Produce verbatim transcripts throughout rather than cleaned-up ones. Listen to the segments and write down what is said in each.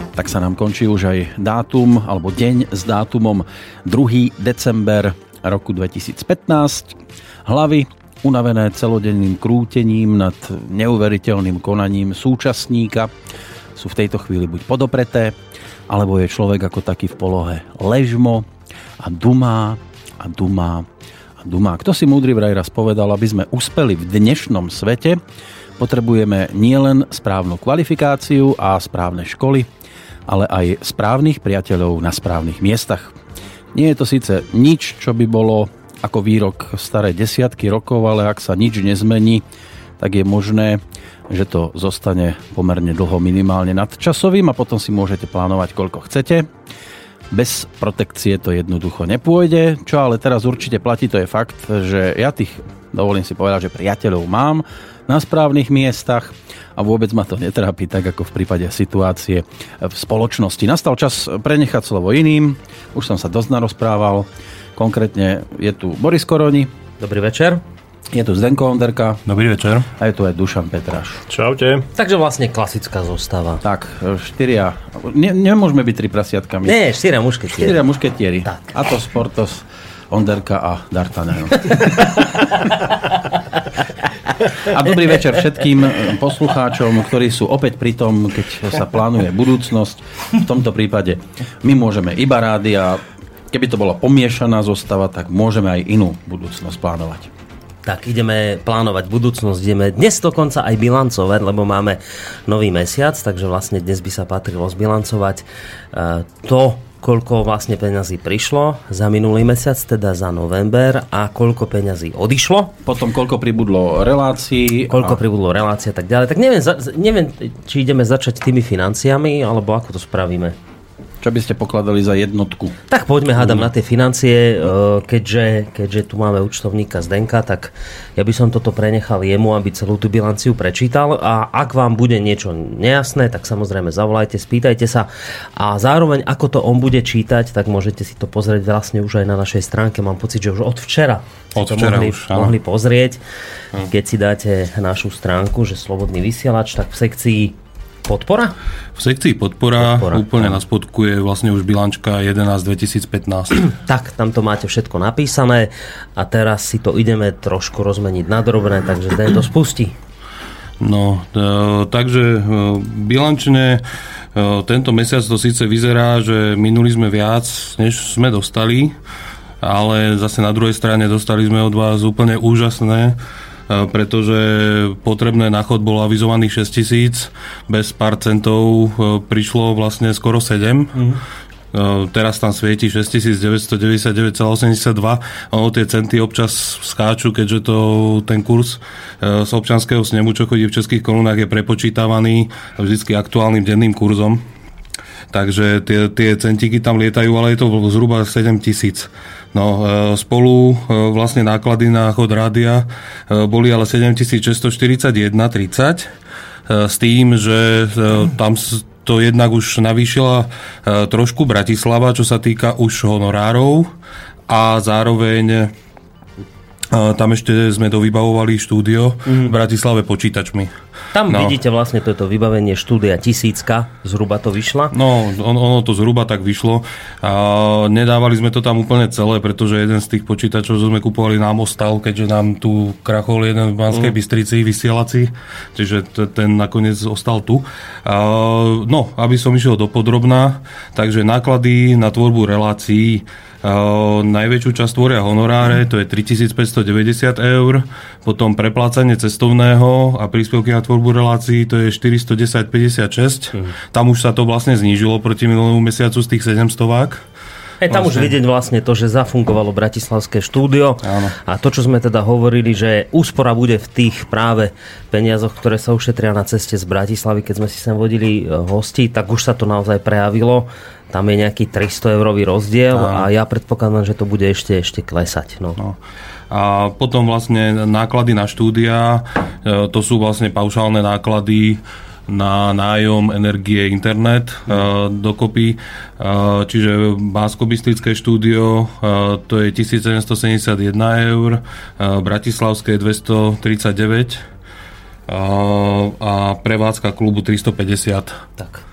Tak sa nám končí už aj dátum, alebo deň s dátumom druhého december roku dvetisícpätnásť. Hlavy unavené celodenným krútením nad neuveriteľným konaním súčasníka sú v tejto chvíli buď podopreté, alebo je človek ako taký v polohe ležmo a dumá a dumá a dumá. Kto si múdry vraj raz povedal, aby sme uspeli v dnešnom svete, potrebujeme nielen správnu kvalifikáciu a správne školy, ale aj správnych priateľov na správnych miestach. Nie je to síce nič, čo by bolo ako výrok staré desiatky rokov, ale ak sa nič nezmení, tak je možné, že to zostane pomerne dlho minimálne nadčasovým a potom si môžete plánovať, koľko chcete. Bez protekcie to jednoducho nepôjde. Čo ale teraz určite platí, to je fakt, že ja tých, dovolím si povedať, že priateľov mám na správnych miestach a vôbec ma to netrápi, tak ako v prípade situácie v spoločnosti. Nastal čas prenechať slovo iným, už som sa dosť narozprával. Konkrétne je tu Boris Koroni. Dobrý večer. Je tu Zdenko Onderka. Dobrý večer. A je tu aj Dušan Petráš. Čaute. Takže vlastne klasická zostava. Tak, štyria. Ne, nemôžeme byť tri prasiatkami. Nie, štyria mušketieri. Štyria mušketieri. Tak. Athos, Porthos, Onderka a D'Artagnan. A dobrý večer všetkým poslucháčom, ktorí sú opäť pri tom, keď sa plánuje budúcnosť. V tomto prípade my môžeme iba rádi a keby to bola pomiešaná zostava, tak môžeme aj inú budúcnosť plánovať. Tak ideme plánovať budúcnosť, ideme dnes dokonca aj bilancovať, lebo máme nový mesiac, takže vlastne dnes by sa patrilo zbilancovať to, koľko vlastne peňazí prišlo za minulý mesiac, teda za november, a koľko peňazí odišlo. Potom koľko pribudlo relácií. Koľko a... pribudlo relácií a tak ďalej. Tak neviem, neviem, či ideme začať tými financiami, alebo ako to spravíme. Čo by ste pokladali za jednotku? Tak poďme hádam mm. na tie financie, keďže, keďže tu máme účtovníka Zdenka, tak ja by som toto prenechal jemu, aby celú tú bilanciu prečítal, a ak vám bude niečo nejasné, tak samozrejme zavolajte, spýtajte sa, a zároveň ako to on bude čítať, tak môžete si to pozrieť vlastne už aj na našej stránke. Mám pocit, že už od včera od to včera mohli, už, mohli pozrieť. Mm. Keď si dáte našu stránku, že Slobodný vysielač, tak v sekcii Podpora? V sekcii podpora, podpora úplne no. na spodku je vlastne už bilančka jedenásť dvetisícpätnásť. Tak, tam to máte všetko napísané a teraz si to ideme trošku rozmeniť na drobné, takže daj to spustí. No, e, takže e, bilančne e, tento mesiac to síce vyzerá, že minuli sme viac, než sme dostali, ale zase na druhej strane dostali sme od vás úplne úžasné, pretože potrebné na chod bolo avizovaných šesť tisíc, bez pár centov prišlo vlastne skoro sedem. Mm. Teraz tam svieti šesťtisícdeväťstodeväťdesiatdeväť celá osemdesiatdva. Ono tie centy občas skáču, keďže to ten kurz z občianskeho snemu, čo chodí v českých korunách, je prepočítavaný vždycky aktuálnym denným kurzom. Takže tie, tie centiky tam lietajú, ale je to zhruba sedem tisíc. No, spolu vlastne náklady na chod rádia boli ale sedemtisícšesťstoštyridsaťjeden tridsať, s tým, že tam to jednak už navýšila trošku Bratislava, čo sa týka už honorárov, a zároveň tam ešte sme dovybavovali štúdio mm. v Bratislave počítačmi. Tam no. vidíte vlastne toto vybavenie štúdia tisícka, zhruba to vyšla? No, on, ono to zhruba tak vyšlo. A nedávali sme to tam úplne celé, pretože jeden z tých počítačov, čo sme kupovali, nám ostal, keďže nám tu krachol jeden v Banskej mm. Bystrici vysielací, čiže t- ten nakoniec ostal tu. A, no, aby som išiel do podrobná, takže náklady na tvorbu relácií, Uh, najväčšiu časť tvoria honoráre, to je tritisícpäťstodeväťdesiat eur, potom preplácanie cestovného a príspevky na tvorbu relácií, to je štyristodesať päťdesiatšesť. Mm. Tam už sa to vlastne znížilo proti minulému mesiacu z tých sedemstovák. Je tam vlastne už vidieť vlastne to, že zafungovalo bratislavské štúdio. Áno. A to, čo sme teda hovorili, že úspora bude v tých práve peniazoch, ktoré sa ušetria na ceste z Bratislavy, keď sme si sem vodili hosti, tak už sa to naozaj prejavilo. Tam je nejaký tristo eurový rozdiel. Áno. A ja predpokladám, že to bude ešte, ešte klesať. No. No. A potom vlastne náklady na štúdia, to sú vlastne paušálne náklady na nájom, energie, internet uh, dokopy. Uh, čiže Banskobystrické štúdio uh, to je tisícsedemstosedemdesiatjeden eur, uh, Bratislavské dvestotridsaťdeväť uh, a prevádzka klubu tristopäťdesiat. Tak.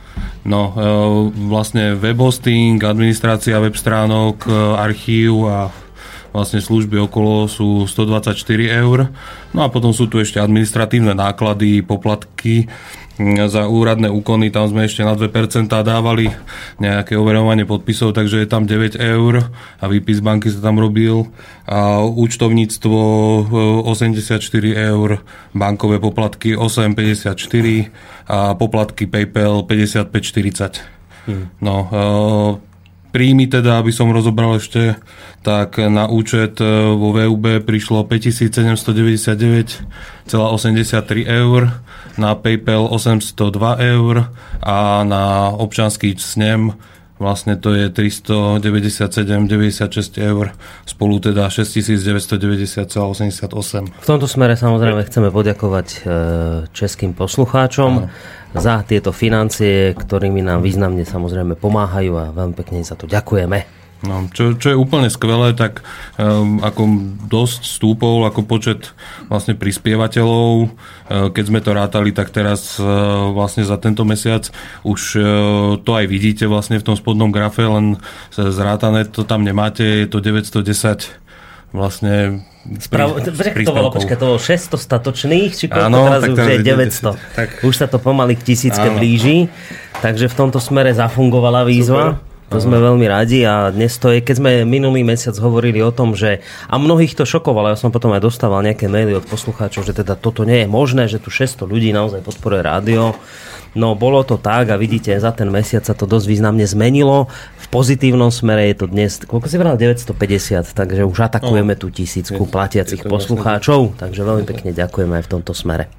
No, vlastne web hosting, administrácia web stránok, archív a vlastne služby okolo sú stodvadsaťštyri eur. No a potom sú tu ešte administratívne náklady, poplatky za úradné úkony, tam sme ešte na dve percentá dávali nejaké overovanie podpisov, takže je tam deväť eur a výpis banky sa tam robil a účtovníctvo osemdesiatštyri eur, bankové poplatky osem päťdesiatštyri a poplatky PayPal päťdesiatpäť štyridsať. Hmm. No, e, príjmy teda, aby som rozobral ešte, tak na účet vo vé ú bé prišlo päťtisícsedemstodeväťdesiatdeväť celá osemdesiattri eur, na PayPal osemstodva eur a na občiansky snem vlastne to je tristodeväťdesiatsedem celá deväťdesiatšesť eur, spolu teda šesťtisícdeväťstodeväťdesiat celá osemdesiatosem. V tomto smere samozrejme chceme poďakovať českým poslucháčom Aha. za tieto financie, ktorými nám významne samozrejme pomáhajú a veľmi pekne za to ďakujeme. No, čo, čo je úplne skvelé, tak um, ako dosť stúpol ako počet vlastne prispievateľov, uh, keď sme to rátali, tak teraz uh, vlastne za tento mesiac už uh, to aj vidíte vlastne v tom spodnom grafe, len zrátané to tam nemáte, je to deväťstodesať vlastne Spravo, Prečo to bolo? Počkaj, to bolo šesťsto statočných, či koľko ano, teraz už je deväťsto. Tak. Už sa to pomaly k tisícke blíži, takže v tomto smere zafungovala výzva. Super. To sme veľmi radi a dnes to je, keď sme minulý mesiac hovorili o tom, že a mnohých to šokovalo, ja som potom aj dostával nejaké maily od poslucháčov, že teda toto nie je možné, že tu šesťsto ľudí naozaj podporuje rádio. No bolo to tak a vidíte, za ten mesiac sa to dosť významne zmenilo. V pozitívnom smere je to dnes, koľko si vral, deväťstopäťdesiat, takže už atakujeme tú tisícku platiacich poslucháčov, takže veľmi pekne ďakujeme aj v tomto smere.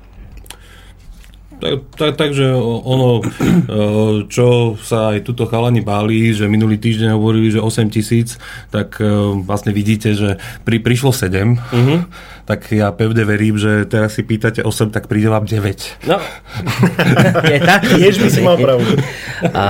Tak, tak, takže ono, čo sa aj tuto chalani báli, že minulý týždeň hovorili, že osem tisíc, tak vlastne vidíte, že pri, prišlo sedem, uh-huh. tak ja pevne verím, že teraz si pýtate osem, tak príde vám deväť. No, je tak? Jež by si mal pravdu. A...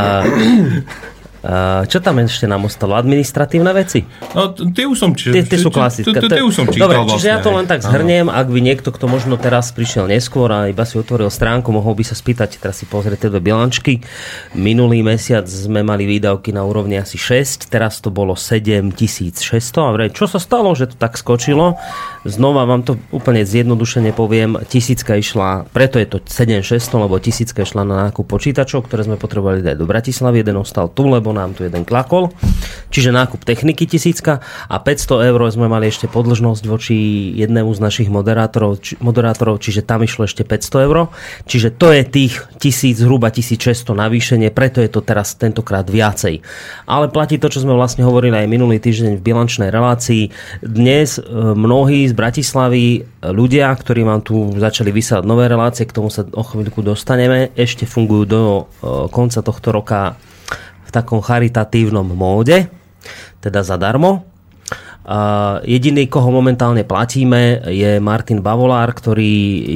Uh, čo tam ešte nám ostalo? Administratívne veci? No, tie už som čítal. Tie sú klasické. Tie už som čítal. Dobre, čiže ja to len tak zhrniem. Ak by niekto, kto možno teraz prišiel neskôr a iba si otvoril stránku, mohol by sa spýtať, teraz si pozrieť tie dve bilančky. Minulý mesiac sme mali výdavky na úrovni asi šesť, teraz to bolo sedemtisícšesťsto. A vraj, čo sa stalo, že to tak skočilo? Znova vám to úplne zjednodušene poviem. Tisícka išla, preto je to sedemtisícšesťsto, lebo tisícka išla na nákup počítačov, ktoré sme potrebovali dať do Bratislavy. Jeden ostal tu, lebo nám tu jeden klakol, čiže nákup techniky tisícka a päťsto eur sme mali ešte podĺžnosť voči jednému z našich moderátorov, či, moderátorov, čiže tam išlo ešte päťsto eur, čiže to je tých tisíc, zhruba tisícšesťsto navýšenie, preto je to teraz tentokrát viacej. Ale platí to, čo sme vlastne hovorili aj minulý týždeň v bilančnej relácii. Dnes mnohí z Bratislavy ľudia, ktorí vám tu začali vysielať nové relácie, k tomu sa o chvíľku dostaneme, ešte fungujú do konca tohto roka v takom charitatívnom móde, teda zadarmo. Uh, jediný, koho momentálne platíme, je Martin Bavolár, ktorý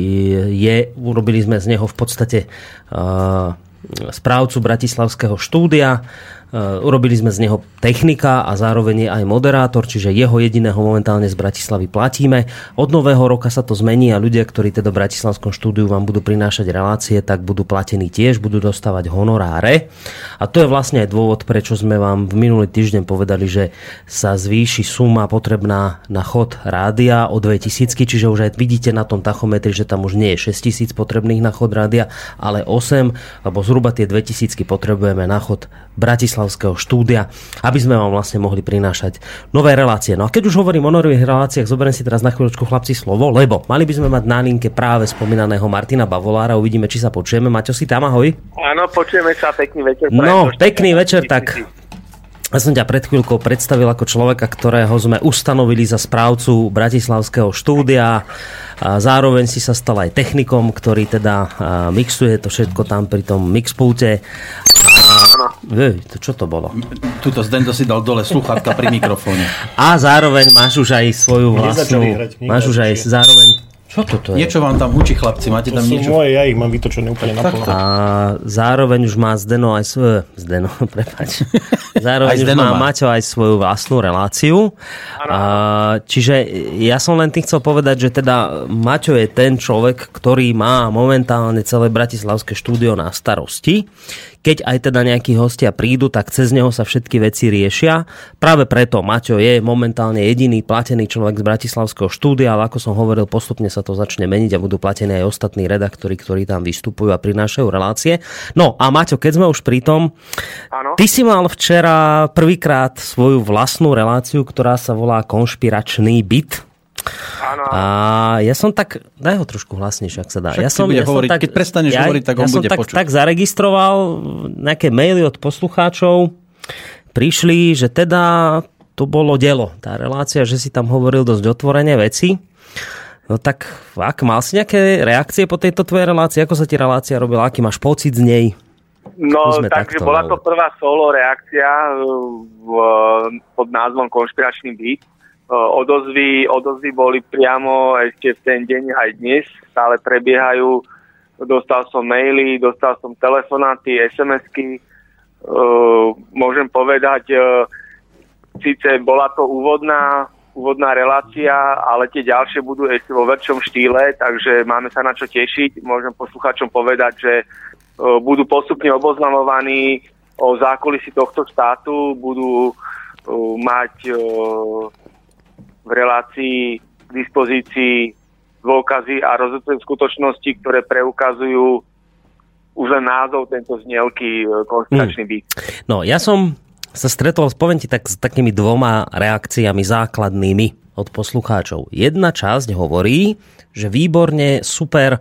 je, urobili sme z neho v podstate uh, správcu Bratislavského štúdia. Uh, urobili sme z neho technika a zároveň je aj moderátor, čiže jeho jediného momentálne z Bratislavy platíme. Od nového roka sa to zmení a ľudia, ktorí teda v Bratislavskom štúdiu vám budú prinášať relácie, tak budú platení tiež, budú dostávať honoráre. A to je vlastne aj dôvod, prečo sme vám v minulý týždeň povedali, že sa zvýši suma potrebná na chod rádia o dvetisícky, čiže už aj vidíte na tom tachometri, že tam už nie je šesťtisíc potrebných na chod rádia, ale osem, lebo zhruba tie dvetisícky potrebujeme na chod Bratislavského štúdia, aby sme vám vlastne mohli prinášať nové relácie. No a keď už hovorím o nových reláciách, zoberiem si teraz na chvíľočku, chlapci, slovo, lebo mali by sme mať na linke práve spomínaného Martina Bavolára, uvidíme, či sa počujeme. Maťo, si tam, ahoj? Áno, počujeme sa, pekný večer. No, pekný večer, tak ja som ťa pred chvíľkou predstavil ako človeka, ktorého sme ustanovili za správcu Bratislavského štúdia. A zároveň si sa stal aj technikom, ktorý teda mixuje to všetko tam pri tom mixpulte. Vej, to čo to bolo? Tuto Zdendo si dal dole sluchátka pri mikrofóne. A zároveň máš už aj svoju vlastnú... Máš už aj zároveň... Čo toto je? Niečo vám tam učí, chlapci, máte to tam niečo? Moje, ja ich mám vytočené úplne naplno. A zároveň už má Zdeno aj svoje... Zdeno, prepáč. Zároveň už má Maťo aj svoju vlastnú reláciu. A, čiže ja som len tým chcel povedať, že teda Maťo je ten človek, ktorý má momentálne celé bratislavské štúdio na starosti. keď aj teda nejakí hostia prídu, tak cez neho sa všetky veci riešia. Práve preto Maťo je momentálne jediný platený človek z bratislavského štúdia, ale ako som hovoril, postupne sa to začne meniť a budú platení aj ostatní redaktori, ktorí tam vystupujú a prinášajú relácie. No a Maťo, keď sme už pri tom, áno? Ty si mal včera prvýkrát svoju vlastnú reláciu, ktorá sa volá Konšpiračný byt. Áno. A ja som tak, daj ho trošku hlasnejšie, ak sa dá. Však ja som, ja hovoriť, som tak, keď prestaneš ja, hovoriť, tak on ja bude tak, počuť. tak zaregistroval nejaké maily od poslucháčov. Prišli, že teda to bolo dielo. Tá relácia, že si tam hovoril dosť otvorene veci. No tak, ak mal si nejaké reakcie po tejto tvojej relácii? Ako sa ti relácia robila? Aký máš pocit z nej? No, takže bola to prvá solo reakcia v, pod názvom Konšpiračný byt. Odozvy, odozvy boli priamo ešte v ten deň aj dnes, stále prebiehajú. Dostal som maily, dostal som telefonáty, es em esky. Uh, môžem povedať, uh, síce bola to úvodná, úvodná relácia, ale tie ďalšie budú ešte vo väčšom štýle, takže máme sa na čo tešiť. Môžem poslucháčom povedať, že uh, budú postupne oboznamovaní o zákulisí tohto štátu, budú uh, mať uh, v relácii k dispozícii dôkazy a rozhodnuté skutočnosti, ktoré preukazujú už len názov tento znielky Konšpiračný byt. No, ja som sa stretol, poviem ti, tak, s takými dvoma reakciami základnými od poslucháčov. Jedna časť hovorí, že výborne, super,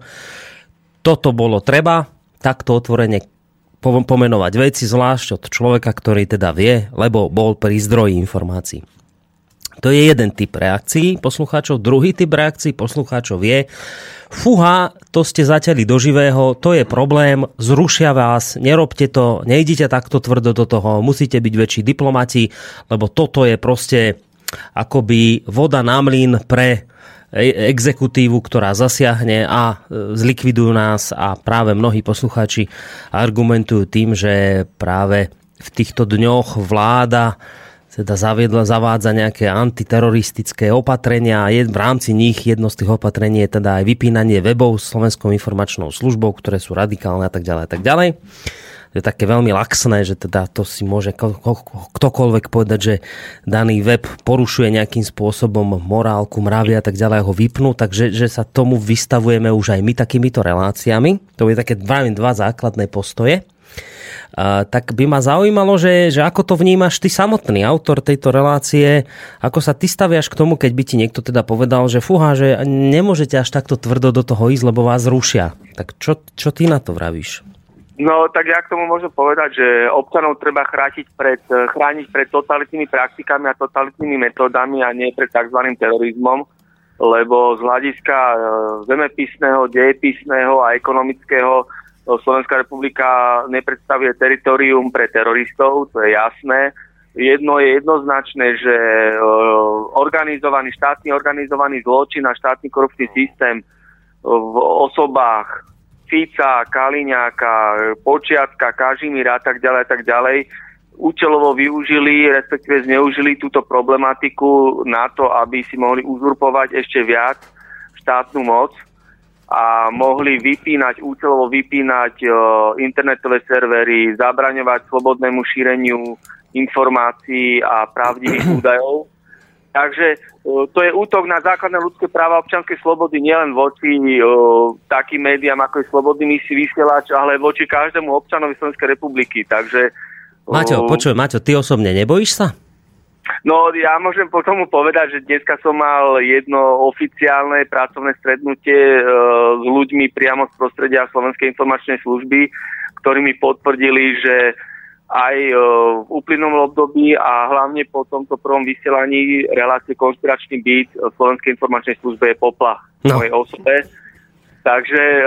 toto bolo treba, takto otvorene pomenovať veci, zvlášť od človeka, ktorý teda vie, lebo bol pri zdroji informácií. To je jeden typ reakcií poslucháčov. Druhý typ reakcií poslucháčov je: fúha, to ste zatiaľi do živého, to je problém, zrušia vás, nerobte to, nejdite takto tvrdo do toho, musíte byť väčší diplomati, lebo toto je proste akoby voda na mlyn pre exekutívu, ktorá zasiahne a zlikvidujú nás. A práve mnohí poslucháči argumentujú tým, že práve v týchto dňoch vláda teda zaviedla, zavádza nejaké antiteroristické opatrenia a je, v rámci nich jedno z tých opatrení je teda aj vypínanie webov s Slovenskou informačnou službou, ktoré sú radikálne a tak ďalej a tak ďalej. To je také veľmi laxné, že teda to si môže ktokoľvek povedať, že daný web porušuje nejakým spôsobom morálku, mravy a tak ďalej, ho vypnú, takže že sa tomu vystavujeme už aj my takýmito reláciami. To je také dva, dva základné postoje. Uh, tak by ma zaujímalo, že, že ako to vnímaš ty samotný, autor tejto relácie, ako sa ty staviaš k tomu, keď by ti niekto teda povedal, že fúha, že nemôžete až takto tvrdo do toho ísť, lebo vás rušia. Tak čo, čo ty na to vravíš? No, tak ja k tomu môžem povedať, že občanov treba chrániť pred, chrániť pred totalitnými praktikami a totalitnými metódami a nie pred tzv. Terorizmom, lebo z hľadiska zemepisného, dejepisného a ekonomického Slovenská republika nepredstavuje teritorium pre teroristov, to je jasné. Jedno je jednoznačné, že organizovaný, štátny organizovaný zločin a štátny korupčný systém v osobách Fica, Kaliňáka, Počiatka, Kažimíra a tak ďalej, tak ďalej účelovo využili, respektíve zneužili túto problematiku na to, aby si mohli uzurpovať ešte viac štátnu moc a mohli vypínať, účelovo vypínať uh, internetové servery, zabraňovať slobodnému šíreniu informácií a pravdivých údajov. Takže uh, to je útok na základné ľudské práva a občianske slobody nielen voči uh, takým médiám, ako je Slobodný vysielač, ale voči každému občanovi Slovenskej republiky. Takže uh, Maťo, počuj, Maťo, ty osobne nebojíš sa? No, ja môžem po tomu povedať, že dneska som mal jedno oficiálne pracovné stretnutie e, s ľuďmi priamo z prostredia Slovenskej informačnej služby, ktorí mi potvrdili, že aj e, v uplynulom období a hlavne po tomto prvom vysielaní relácie Konšpiračný byt v Slovenskej informačnej službe je poplach no. mojej osobe. Takže e,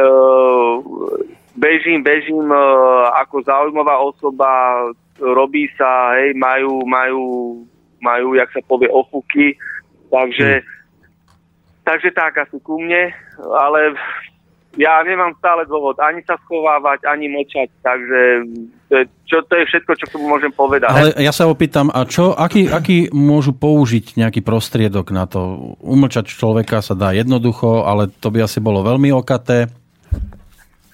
bežím, bežím e, ako zaujímavá osoba, robí sa, hej, majú, majú majú, jak sa povie, ofúky, takže hmm. takže tak asi ku mne, ale ja nemám stále dôvod ani sa schovávať, ani mlčať, takže to je, čo, to je všetko, čo k tomu môžem povedať. Ale ja sa opýtam, a čo, aký, aký môžu použiť nejaký prostriedok na to? Umlčať človeka sa dá jednoducho, ale to by asi bolo veľmi okaté.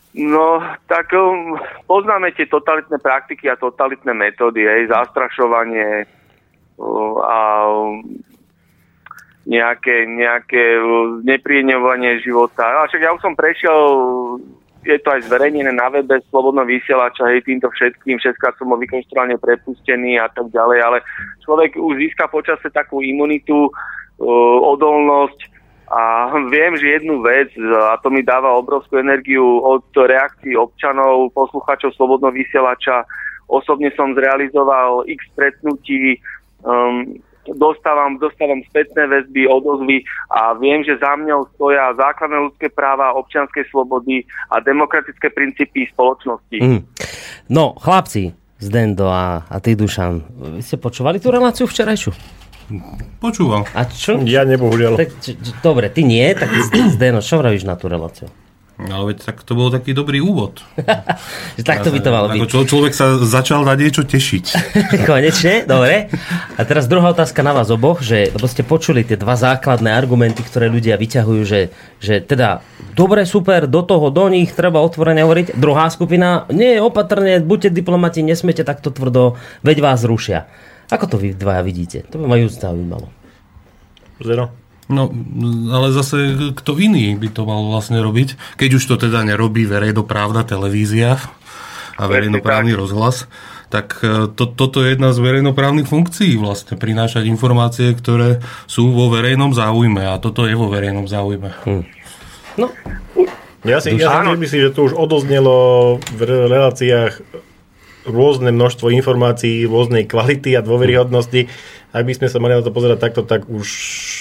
No, tak um, poznáme tie totalitné praktiky a totalitné metódy, aj zastrašovanie uh, a um, nejaké, nejaké uh, nepríjemňovanie života. A však ja už som prešiel, je to aj zverejnené na webe Slobodného vysielača, hej, týmto všetkým, všetkým som bol vykonštruovaný prepustený a tak ďalej, ale človek už získa počase takú imunitu, uh, odolnosť a viem, že jednu vec, a to mi dáva obrovskú energiu od reakcií občanov, poslucháčov Slobodného vysielača, osobne som zrealizoval x stretnutí, um, Dostávam, dostávam spätné väzby, odozvy a viem, že za mňou stoja základné ľudské práva, občianske slobody a demokratické princípy spoločnosti. Mm. No, chlapci, Zdendo a, a ty, Dušan, vy ste počúvali tú reláciu včerajšiu? Počúval. A čo? Ja nebohužiaľ. Tak, čo, čo, dobre, ty nie, tak Zdeno, čo vravíš na tú reláciu? Ale veď tak to bol taký dobrý úvod. Takto by to malo byť. Čo, človek sa začal na niečo tešiť. Konečne, dobre. A teraz druhá otázka na vás oboch, že, lebo ste počuli tie dva základné argumenty, ktoré ľudia vyťahujú, že, že teda dobre, super, do toho, do nich treba otvorene hovoriť. Druhá skupina, nie, opatrne, buďte diplomati, nesmiete takto tvrdo, veď vás rušia. Ako to vy dvaja vidíte? To by ma just zaujímalo. Zero. No, ale zase kto iný by to mal vlastne robiť, keď už to teda nerobí verejnoprávna televízia a verejnoprávny rozhlas, tak to, toto je jedna z verejnoprávnych funkcií vlastne, prinášať informácie, ktoré sú vo verejnom záujme a toto je vo verejnom záujme. Hmm. No. Ja si, ja si myslím, že to už odoznelo v reláciách rôzne množstvo informácií, rôznej kvality a dôveryhodnosti. Ak by sme sa mali na to pozerať takto, tak už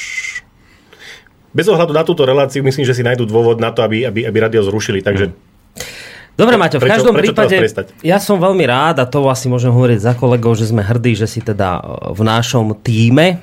bez ohľadu na túto reláciu myslím, že si nájdú dôvod na to, aby, aby, aby rádio zrušili. Takže dobre, Maťo, v prečo, každom prečo prípade ja som veľmi rád, a to asi môžem hovoriť za kolegov, že sme hrdí, že si teda v našom tíme,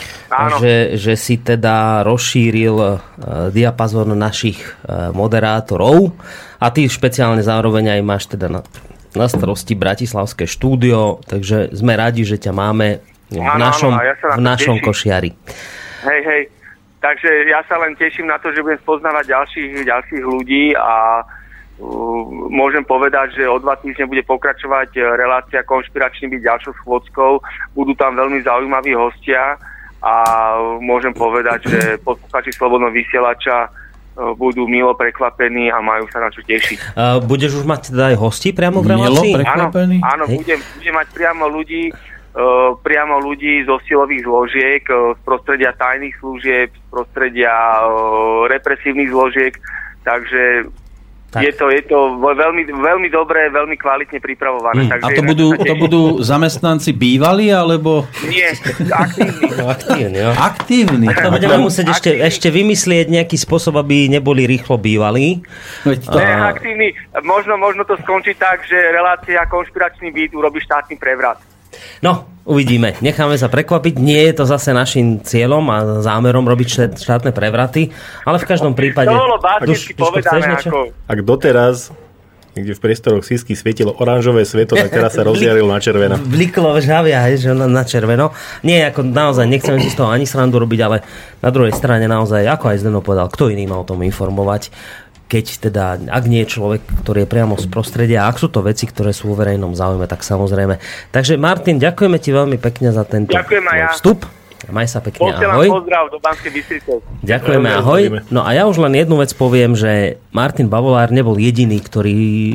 že, že si teda rozšíril uh, diapazón našich uh, moderátorov a ty špeciálne zároveň aj máš teda na, na starosti bratislavské štúdio, takže sme radi, že ťa máme v áno, našom, áno, ja v našom košiari. Hej, hej. Takže ja sa len teším na to, že budem spoznávať ďalších, ďalších ľudí a uh, môžem povedať, že o dva týždne bude pokračovať relácia Konšpiračný byť ďalšou schôdzkou. Budú tam veľmi zaujímaví hostia a môžem povedať, že poslucháči Slobodného vysielača uh, budú milo prekvapení a majú sa na čo tešiť. Uh, budeš už mať teda aj hostí priamo v relácii? Milo prekvapení? Áno, áno budem, budem mať priamo ľudí, Uh, priamo ľudí zo silových zložiek, uh, z prostredia tajných služieb, z prostredia uh, represívnych zložiek, takže tak. je to, je to veľmi, veľmi dobré, veľmi kvalitne pripravované. Hmm. Takže a to budú, to budú zamestnanci bývalí, alebo? Nie, aktívni. No, aktívni, jo. Aktívni. To budeme musieť ešte, ešte vymyslieť nejaký spôsob, aby neboli rýchlo bývalí. To... Nie, aktívni. Možno, možno to skončí tak, že relácia Konšpiračný byt urobí štátny prevrat. No, uvidíme. Necháme sa prekvapiť. Nie je to zase našim cieľom a zámerom robiť štátne prevraty, ale v každom prípade... To bolo básnicky povedané ako... Ak doteraz niekde v priestoroch Sisky svietilo oranžové svetlo, tak teraz sa rozjaril na červeno. Bliklo žavia, že na, na červeno. Nie, ako naozaj, nechcem si z toho ani srandu robiť, ale na druhej strane naozaj, ako aj Zdeno povedal, kto iný má o tom informovať, keď teda, ak nie je človek, ktorý je priamo z prostredia, ak sú to veci, ktoré sú vo verejnom záujme, tak samozrejme. Takže Martin, ďakujeme ti veľmi pekne za tento ja. vstup. Maj sa pekne, Posielam ahoj. pozdrav do Banskej Bystrice. Ďakujeme, ahoj. No a ja už len jednu vec poviem, že Martin Bavolár nebol jediný, ktorý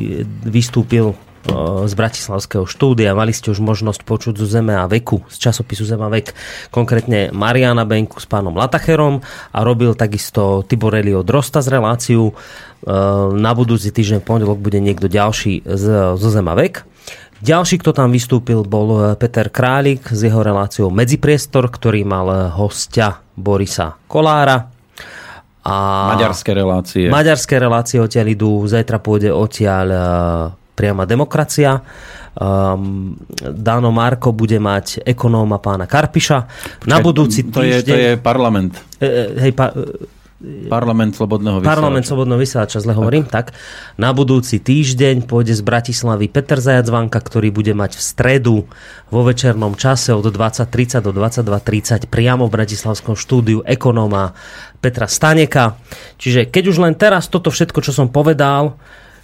vystúpil z bratislavského štúdia. Mali ste už možnosť počuť zo Zeme a veku, z časopisu Zem a vek, konkrétne Mariana Benku s pánom Latacherom a robil takisto Tibor Elio Drosta z reláciu. Na budúci týždeň v pondelok bude niekto ďalší zo Zem a vek. Ďalší, kto tam vystúpil, bol Peter Králik s jeho reláciou Medzipriestor, ktorý mal hostia Borisa Kolára. A maďarské relácie. Maďarské relácie odtiaľ idú. Zajtra pôjde odtiaľ Priama demokracia. Um, Dano Marko bude mať ekonóma pána Karpiša. Počkej, na budúci to týždeň... Je, to je parlament. E, hej, pa, parlament Slobodného vysielača. Parlament Slobodného vysielača, zle hovorím. Tak. Na budúci týždeň pôjde z Bratislavy Peter Zajac-Vanka, ktorý bude mať v stredu vo večernom čase od dvadsať tridsať do dvadsaťdva tridsať priamo v bratislavskom štúdiu ekonóma Petra Staneka. Čiže keď už len teraz toto všetko, čo som povedal,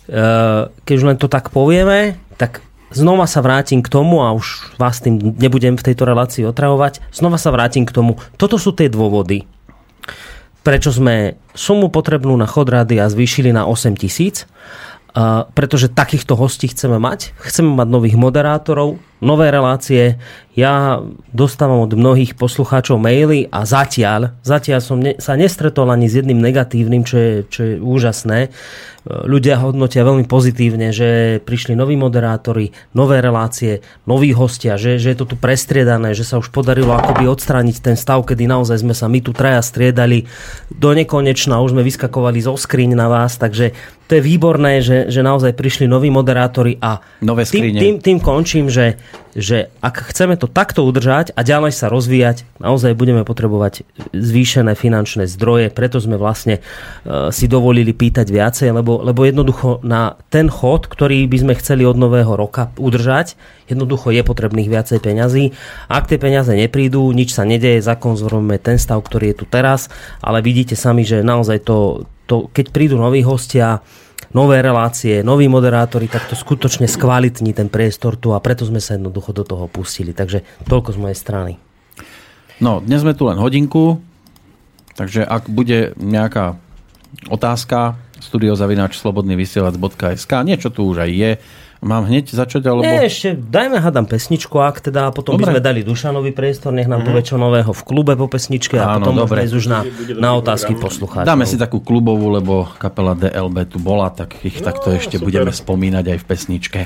keď už len to tak povieme, tak znova sa vrátim k tomu a už vás tým nebudem v tejto relácii otravovať. Znova sa vrátim k tomu. Toto sú tie dôvody, prečo sme sumu potrebnú na Chod rádia zvýšili na osem tisíc. Uh, pretože takýchto hostí chceme mať. Chceme mať nových moderátorov, nové relácie. Ja dostávam od mnohých poslucháčov maily a zatiaľ, zatiaľ som ne, sa nestretol ani s jedným negatívnym, čo je, čo je úžasné. Ľudia hodnotia veľmi pozitívne, že prišli noví moderátori, nové relácie, noví hostia, že, že je to tu prestriedané, že sa už podarilo akoby odstrániť ten stav, kedy naozaj sme sa my tu traja striedali do nekonečna, už sme vyskakovali zo skriň na vás, takže to je výborné, že, že naozaj prišli noví moderátori a nové tým, tým, tým končím, že, že ak chceme to takto udržať a ďalej sa rozvíjať, naozaj budeme potrebovať zvýšené finančné zdroje, preto sme vlastne uh, si dovolili pýtať viacej, lebo, lebo jednoducho na ten chod, ktorý by sme chceli od nového roka udržať, jednoducho je potrebných viacej peňazí. Ak tie peniaze neprídu, nič sa nedeje, zakonzervujeme ten stav, ktorý je tu teraz, ale vidíte sami, že naozaj to, to keď prídu noví hostia, nové relácie, noví moderátori, tak to skutočne skvalitní ten priestor tu a preto sme sa jednoducho do toho pustili. Takže toľko z mojej strany. No, dnes sme tu len hodinku, takže ak bude nejaká otázka, studio zavináč slobodný vysielač bodka es ká, niečo tu už aj je. Mám hneď začať, alebo... Nie, ešte dajme hádam pesničku, ak teda potom dobre. By sme dali Dušanovi priestor, nech nám mm-hmm. povie čo nového v klube po pesničke a áno, potom môžeme ísť už na, na otázky poslucháčov. Dáme si takú klubovú, lebo kapela dé el bé tu bola, tak ich no, takto ešte super. Budeme spomínať aj v pesničke.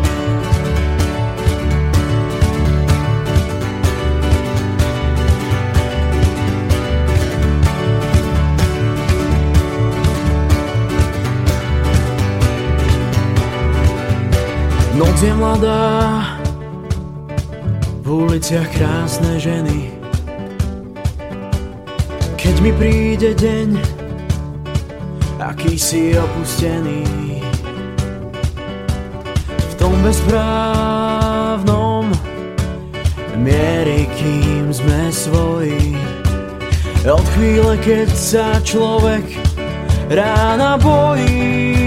Noc je mladá, v uliciach krásne ženy. Keď mi príde deň, aký si opustený, v tom bezprávnom miery, kým sme svoji. Od chvíle, keď sa človek rána bojí,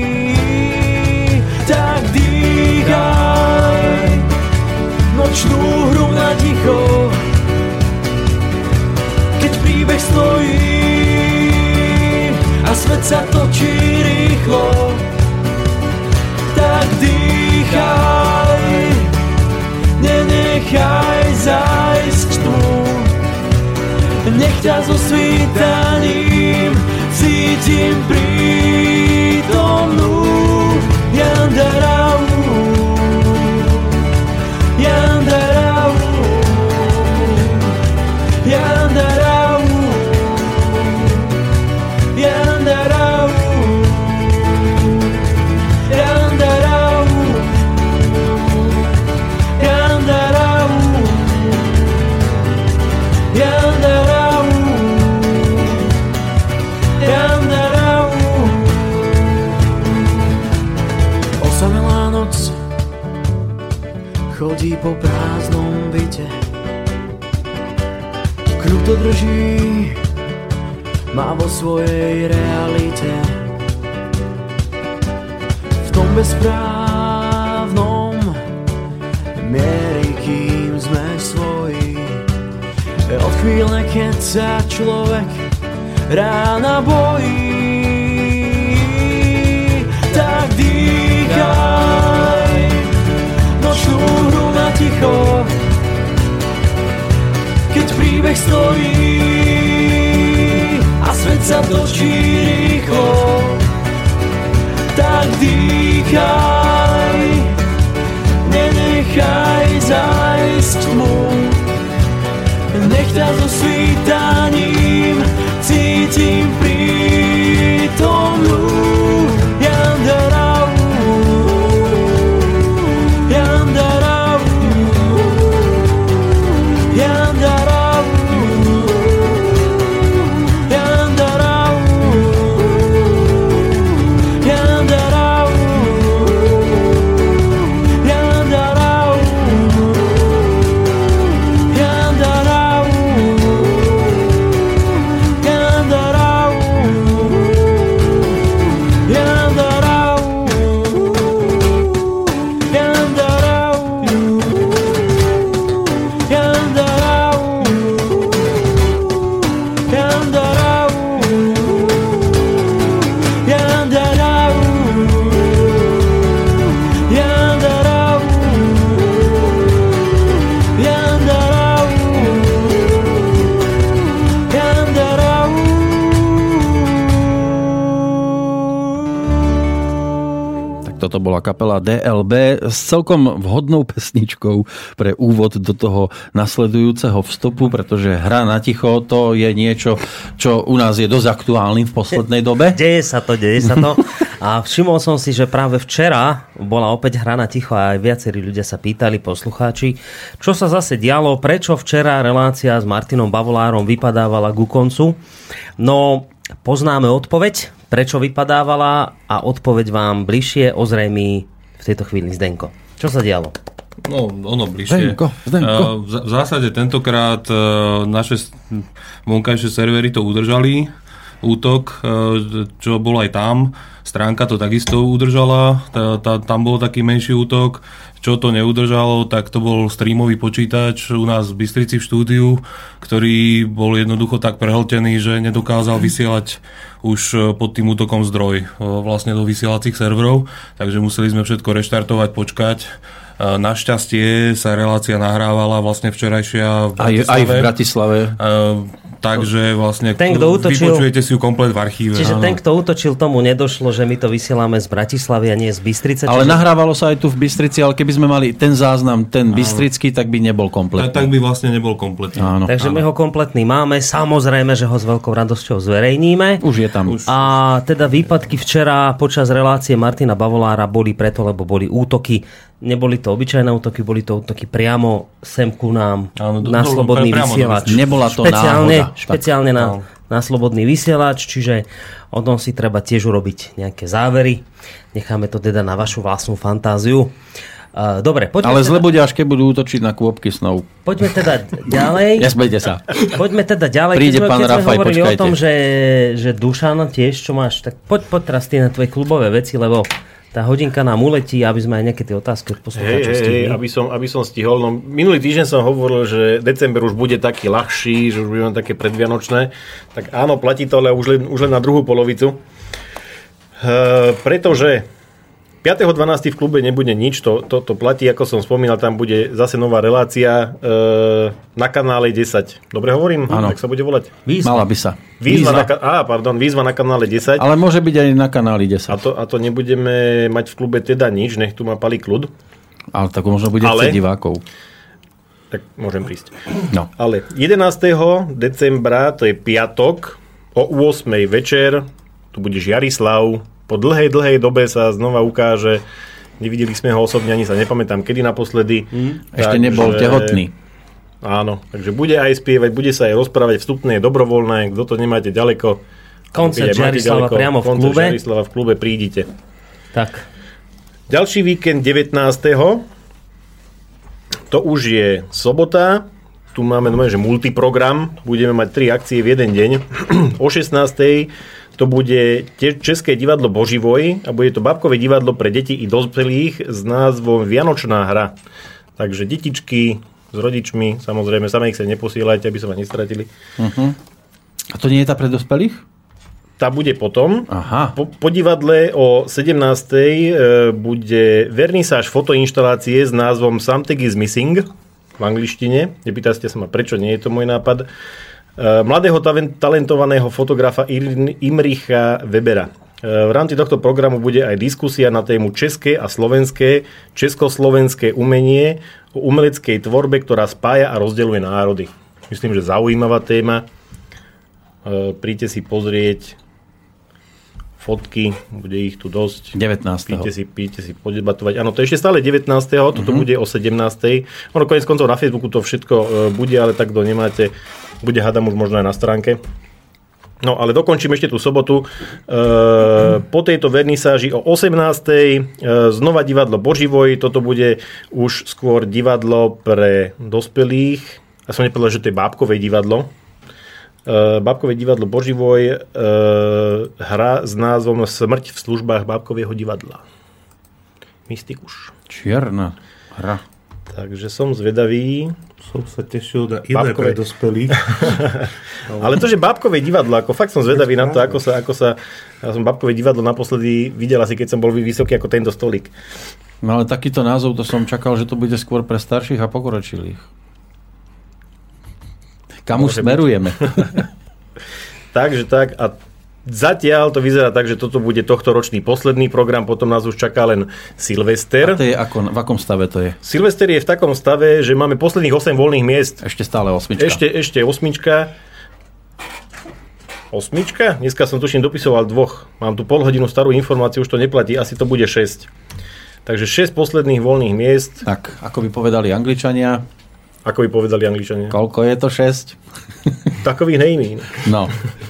tak dýchaj nočnú hru na ticho. Keď príbeh stojí a svet sa točí rýchlo, tak dýchaj, nenechaj zájsť tmu. Nech ťa so svítaním cítim prítomnú. Yandarau, Yandarau, Yandarau, Yandarau, Yandarau, Yandarau, Yandarau, Yandarau. Osamelá noc chodí po prázdnom byte, kruto drží ma vo svojej realite. V tom bezprávnom miery, kým sme svoji. Od chvíle, keď sa človek rána bojí, tak dýchaj nočnú hru na ticho. Keď príbeh stojí a svet sa točí rýchlo, tak dýchaj, nenechaj zájsť tmu. Nech ťa so svítaním cítim prítomnú. Yandarau, Yandarau, Yandarau, Yandarau, Yandarau, Yandarau, Yandarau, Yandarau. Toto bola kapela dé el bé s celkom vhodnou pesničkou pre úvod do toho nasledujúceho vstupu, pretože hra na ticho to je niečo, čo u nás je dosť aktuálny v poslednej dobe. Deje sa to, deje sa to. A všimol som si, že práve včera bola opäť hra na ticho a aj viacerí ľudia sa pýtali, poslucháči, čo sa zase dialo, prečo včera relácia s Martinom Bavolárom vypadávala ku koncu. No, poznáme odpoveď, prečo vypadávala a odpoveď vám bližšie ozrejmí v tejto chvíli. Zdenko, čo sa dialo? No, ono bližšie. Zdenko, Zdenko. V zásade tentokrát naše vonkajšie servery to udržali, útok, čo bol aj tam. Stránka to takisto udržala, tá, tá, tam bol taký menší útok. Čo to neudržalo, tak to bol streamový počítač u nás v Bystrici v štúdiu, ktorý bol jednoducho tak prehltený, že nedokázal vysielať už pod tým útokom zdroj vlastne do vysielacích serverov, takže museli sme všetko reštartovať, počkať. Našťastie sa relácia nahrávala vlastne včerajšia v Bratislave. Aj, aj v Bratislave. Takže vlastne ten, kto útočil, vypočujete si ju komplet v archíve. Čiže áno. Ten, kto útočil, tomu nedošlo, že my to vysielame z Bratislavy a nie z Bystrice. Ale čiže... nahrávalo sa aj tu v Bystrici, ale keby sme mali ten záznam, ten bystrický, tak by nebol kompletný. Tak, tak by vlastne nebol kompletný. Áno. Takže áno. My ho kompletný máme. Samozrejme, že ho s veľkou radosťou zverejníme. Už je tam. Už. A teda výpadky včera počas relácie Martina Bavolára boli preto, lebo boli útoky. Neboli to obyčajné útoky, boli to útoky priamo sem ku nám, áno, do, na do, slobodný vysielač. Nebola to špeciálne, náhoda. Špeciálne na, na slobodný vysielač, čiže o tom si treba tiež urobiť nejaké závery. Necháme to teda na vašu vlastnú fantáziu. Uh, dobre, poďme ale teda... zle bude, až keď budú útočiť na kôpky snov. Poďme teda ďalej. Nesmejte sa. Poďme teda ďalej. Príde keď pán sme, keď Rafaj, sme hovorili počkajte. o tom, že, že Dušan tiež, čo máš, tak poď, poď teraz ty na tvoje klubové veci, lebo tá hodinka nám uletí, aby sme aj nejaké tie otázky od poslucháčov stihli. Hej, aby som, aby som stihol. No, minulý týždeň som hovoril, že december už bude taký ľahší, že už budeme také predvianočné. Tak áno, platí to, ale už len, už len na druhú polovicu. E, pretože piateho dvanásteho v klube nebude nič, to, to, to platí, ako som spomínal, tam bude zase nová relácia e, na kanále desať. Dobre hovorím? Áno. Tak sa bude volať? Výzva. Mala by sa. Výzva, výzva. Na, á, pardon, výzva na kanále desať. Ale môže byť aj na kanáli desať. A to, a to nebudeme mať v klube teda nič, nech tu má Pali kľud. Ale tak možno bude Ale... chceť divákov. Tak môžem prísť. No. Ale jedenásteho decembra, to je piatok, o ôsmej večer, tu bude Jarislav. Po dlhej, dlhej dobe sa znova ukáže. Nevideli sme ho osobne, ani sa nepamätám, kedy naposledy. Mm. Ešte tak, nebol že... tehotný. Áno, takže bude aj spievať, bude sa aj rozprávať, vstupné je dobrovoľné, kto to nemáte ďaleko. Koncert Jarislava priamo v klube. Koncert Jarislava v klube, prídite. Tak. Ďalší víkend devätnásteho To už je sobota. Tu máme normálne, že multiprogram. Budeme mať tri akcie v jeden deň. O šestnástej to bude České divadlo Boživoj a bude to bábkové divadlo pre deti i dospelých s názvom Vianočná hra. Takže detičky s rodičmi, samozrejme, sami ich sa neposielajte, aby sa vás nestratili. Uh-huh. A to nie je tá pre dospelých? Tá bude potom. Aha. Po, po divadle o sedemnástej e, bude vernisáž fotoinštalácie s názvom Something is Missing v angličtine. Nepýtajte sa ma, prečo nie je to môj nápad. Mladého talentovaného fotografa Imricha Webera. V rámci tohto programu bude aj diskusia na tému české a slovenské, československé umenie o umeleckej tvorbe, ktorá spája a rozdeľuje národy. Myslím, že zaujímavá téma. Príďte si pozrieť fotky, bude ich tu dosť. devätnásteho Príďte si, príďte si podebatovať. Áno, to je ešte stále devätnásteho Toto mm-hmm. bude o sedemnástej Ono konec koncov na Facebooku to všetko bude, ale tak kto nemáte, bude hádam už možno aj na stránke. No, ale dokončím ešte tú sobotu. E, po tejto vernisáži o osemnástej E, znova divadlo Boživoj. Toto bude už skôr divadlo pre dospelých. Ja som nepovedal, že to je bábkové divadlo. E, bábkové divadlo Boživoj e, hra s názvom Smrť v službách bábkového divadla. Mystikuš. Čierna hra. Takže som zvedavý. Som sa tešil na iné pre dospelých. Ale to, že bábkové divadlo, ako fakt som zvedavý na to, ako sa, ako sa ja som bábkové divadlo naposledy videl asi, keď som bol vysoký ako tento stolík. No ale takýto názov, to som čakal, že to bude skôr pre starších a pokročilých. Kam už smerujeme? Takže tak, a Zatiaľ to vyzerá tak, že toto bude tohto ročný posledný program, potom nás už čaká len Silvester. A to je ako, v akom stave to je? Silvester je v takom stave, že máme posledných osem voľných miest. Ešte stále osmička. Ešte, ešte osmička. Osmička? Dneska som tuším dopisoval dvoch. Mám tu pol hodinu starú informáciu, už to neplatí, asi to bude šesť. Takže šesť posledných voľných miest. Tak, ako by povedali Angličania. Ako by povedali Angličania. Koľko je to šesť? Takových nejmí. No.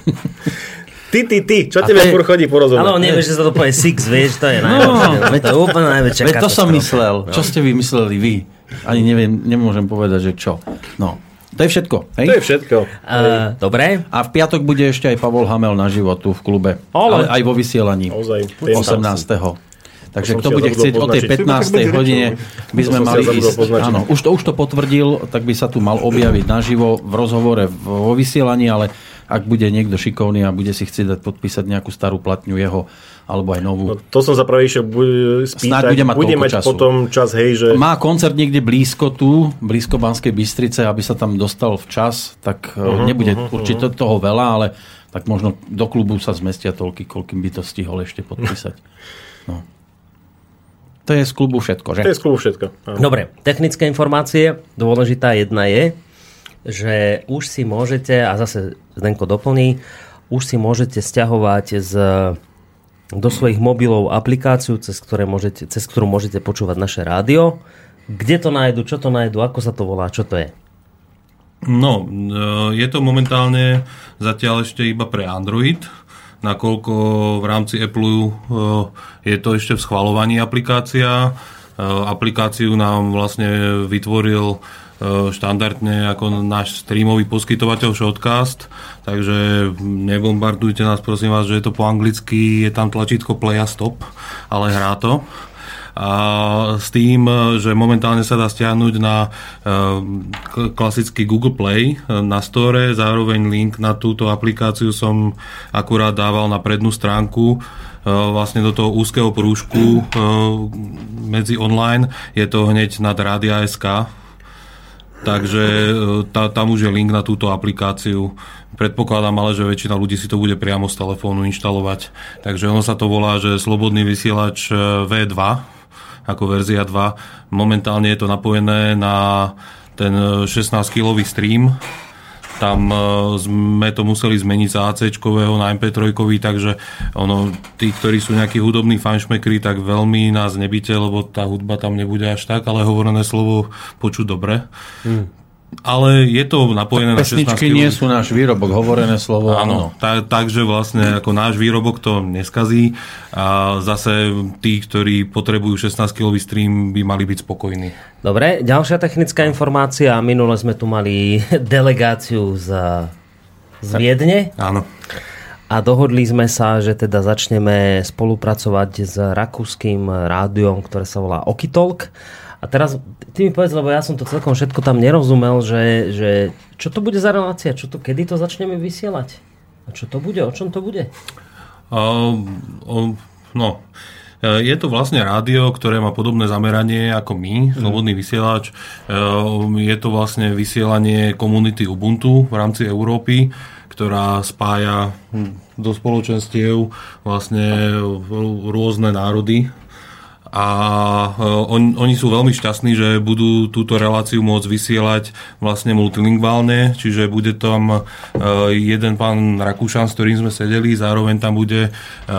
Ty, ty, ty, čo tebe skôr chodí porozumieť? Ale on nevie, že sa to povie six, vieš, to je najlepšie. No. To je úplne najväčšia katastrofa. To som myslel. No. Čo ste vymysleli vy? Ani neviem, nemôžem povedať, že čo. No. To je všetko, hej? To je všetko. Uh, dobre. A v piatok bude ešte aj Pavol Hamel na život tu v klube. Ale aj vo vysielaní. Ozaj. osemnásteho Takže kto bude chcieť o tej pätnástej hodine, by sme mali ísť. Áno, už to, už to potvrdil, tak by sa tu mal objaviť naživo v rozhovore vo vysielaní, ale ak bude niekto šikovný a bude si chcieť dať podpísať nejakú starú platňu jeho, alebo aj novú. No, to som sa práve išiel spýtať. Bude mať, bude mať času. potom čas, hej, že... Má koncert niekde blízko tu, blízko Banskej Bystrice, aby sa tam dostal včas, tak uh-huh, nebude uh-huh, určite uh-huh. toho veľa, ale tak možno do klubu sa zmestia toľky, koľkým by to stihol ešte podpísať. No. To je z klubu všetko, že? To je z klubu všetko. Áno. Dobre, technické informácie. Dôležitá jedna je, že už si môžete, a zase Zdenko doplní, už si môžete sťahovať z, do svojich mobilov aplikáciu, cez, ktoré môžete, cez ktorú môžete počúvať naše rádio. Kde to nájdu, čo to nájdu, ako sa to volá, čo to je? No, je to momentálne zatiaľ ešte iba pre Android, nakoľko v rámci Apple je to ešte v schvaľovaní aplikácia. Aplikáciu nám vlastne vytvoril štandardne ako náš streamový poskytovateľ Shotcast, takže nebombardujte nás, prosím vás, že je to po anglicky, je tam tlačítko play a stop, ale hrá to. A s tým, že momentálne sa dá stiahnuť na klasický Google Play na store, zároveň link na túto aplikáciu som akurát dával na prednú stránku vlastne do toho úzkeho prúžku medzi online, je to hneď nad Rádia bodka es ká, takže tá, tam už je link na túto aplikáciu. Predpokladám ale, že väčšina ľudí si to bude priamo z telefónu inštalovať, takže ono sa to volá, že Slobodný vysielač vé dva ako verzia dva. Momentálne je to napojené na ten šestnásťkilový stream. Tam sme to museli zmeniť z ACčkového na em pé tri, takže ono, tí, ktorí sú nejakí hudobní fanšmekri, tak veľmi nás nebyte, lebo tá hudba tam nebude až tak, ale hovorené slovo počuť dobre. Hmm. Ale je to napojené na šestnásť pesničky nie sú náš výrobok, hovorené slovo. Áno, tak, takže vlastne ako náš výrobok to neskazí a zase tí, ktorí potrebujú šestnásťkilový stream, by mali byť spokojní. Dobre, ďalšia technická informácia. Minule sme tu mali delegáciu z, z Viedne. Áno. A dohodli sme sa, že teda začneme spolupracovať s rakúskym rádiom, ktoré sa volá Okitalk. A teraz ty mi povedz, lebo ja som to celkom všetko tam nerozumel, že, že čo to bude za relácia, čo to, kedy to začneme vysielať? A čo to bude, o čom to bude? Uh, uh, no, je to vlastne rádio, ktoré má podobné zameranie ako my, Slobodný vysielač. Uh, je to vlastne vysielanie komunity Ubuntu v rámci Európy, ktorá spája do spoločenstiev vlastne rôzne národy. A on, oni sú veľmi šťastní, že budú túto reláciu môcť vysielať vlastne multilingválne, čiže bude tam uh, jeden pán Rakúšan, s ktorým sme sedeli, zároveň tam bude uh,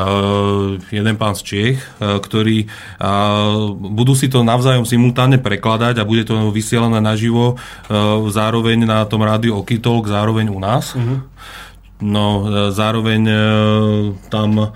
jeden pán z Čiech, uh, ktorí uh, budú si to navzájom simultánne prekladať a bude to vysielané naživo, uh, zároveň na tom rádiu Okitalk, zároveň u nás. Uh-huh. No, uh, zároveň uh, tam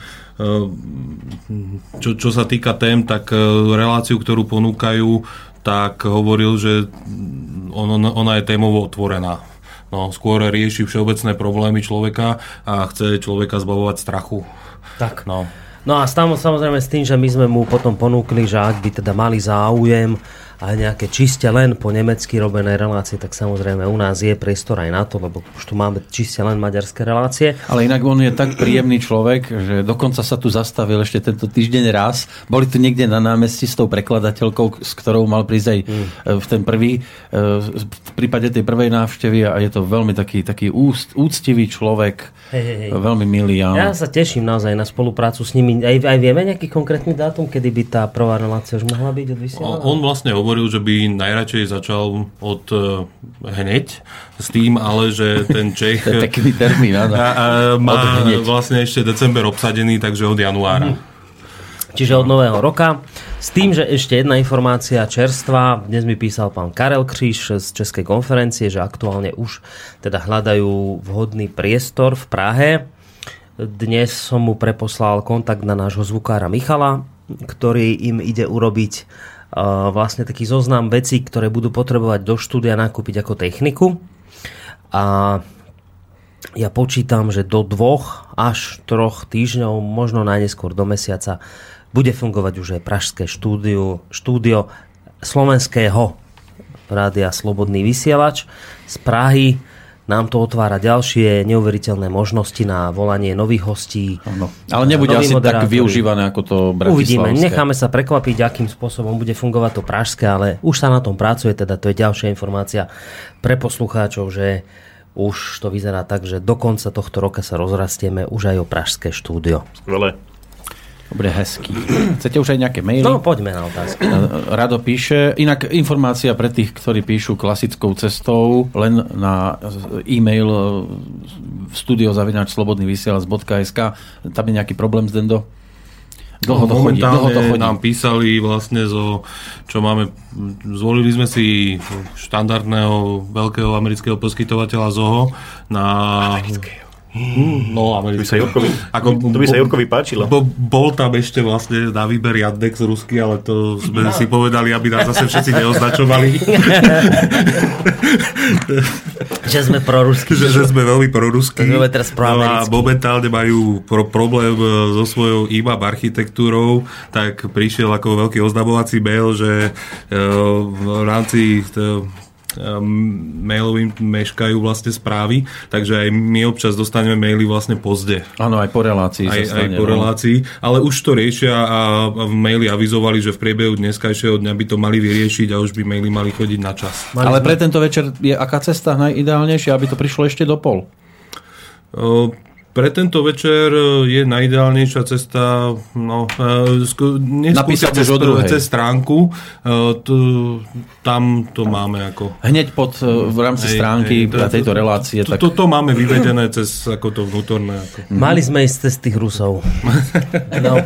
Čo, čo sa týka tém, tak reláciu, ktorú ponúkajú, tak hovoril, že on, ona je témovo otvorená. No, skôr rieši všeobecné problémy človeka a chce človeka zbavovať strachu. Tak. No. No a tam samozrejme s tým, že my sme mu potom ponúkli, že ak by teda mali záujem a nejaké čiste len po nemecky robené relácie, tak samozrejme u nás je priestor aj na to, lebo už tu máme čiste len maďarské relácie. Ale inak on je tak príjemný človek, že dokonca sa tu zastavil ešte tento týždeň raz. Boli tu niekde na námestí s tou prekladateľkou, s ktorou mal prísť aj mm. v ten prvý, v prípade tej prvej návštevy, a je to veľmi taký, taký úst, úctivý človek, hej, hej, hej. veľmi milý. Áno. Ja sa teším naozaj na spoluprácu s nimi. Aj, aj vieme nejaký konkrétny dátum, kedy by tá prvá relácia už mohla byť odvysielaná? On vlastne hovoril, že by najradšej začal od uh, hneď s tým, ale že ten Čech to je pekný termín, áno. A, a má vlastne ešte december obsadený, takže od januára. Mhm. Čiže od nového roka. S tým, že ešte jedna informácia čerstvá. Dnes mi písal pán Karel Kříž z Českej konferencie, že aktuálne už teda hľadajú vhodný priestor v Prahe. Dnes som mu preposlal kontakt na nášho zvukára Michala, ktorý im ide urobiť uh, vlastne taký zoznam vecí, ktoré budú potrebovať do štúdia nakúpiť ako techniku. A ja počítam, že do dvoch až troch týždňov, možno najneskôr do mesiaca, bude fungovať už aj pražské štúdio, štúdio slovenského rádia Slobodný vysielač z Prahy. Nám to otvára ďalšie neuveriteľné možnosti na volanie nových hostí. Ano. Ale nebude asi tak využívané ako to bratislavské. Uvidíme, necháme sa prekvapiť, akým spôsobom bude fungovať to pražské, ale už sa na tom pracuje, teda to je ďalšia informácia pre poslucháčov, že už to vyzerá tak, že do konca tohto roka sa rozrastieme už aj o pražské štúdio. Skvelé. Dobre, hezký. Chcete už aj nejaké maily? No, poďme na otázky. Rado píše, inak informácia pre tých, ktorí píšu klasickou cestou, len na e-mail studio zavináč slobodný vysielač bodka es ká. Tam je nejaký problém s Dendo? Dlho to chodí, dlho to chodí. Nám písali vlastne zo, čo máme, zvolili sme si štandardného veľkého amerického poskytovateľa Zoho na... Amerického. No, amerického. To by sa Jurkovi, ako, to by sa Jurkovi páčilo. Bo, bol tam ešte vlastne na výber Yandex rusky, ale to sme no. si povedali, aby nás zase všetci neoznačovali. Že sme proruskí. Že, že sme veľmi proruskí. No a momentálne majú pro, problém so svojou í map architektúrou, tak prišiel ako veľký oznamovací mail, že uh, v rámci to, mailovým meškajú vlastne správy, takže aj my občas dostaneme maily vlastne pozde. Áno, aj po relácii. Aj, stane, aj po no. relácii, ale už to riešia a v maili avizovali, že v priebehu dneskajšieho dňa by to mali vyriešiť a už by maily mali chodiť na čas. Mali ale sme... pre tento večer je aká cesta najideálnejšia, aby to prišlo ešte do pol? Uh, Pre tento večer je najideálnejšia cesta, no, neskúsiť cez, cez stránku, to, tam to máme ako... Hneď pod, v rámci hej, stránky hej, to, tejto relácie. To, tak... to, to máme vyvedené cez ako to vnútorné. Ako. Mali sme ísť cez tých Rusov. No.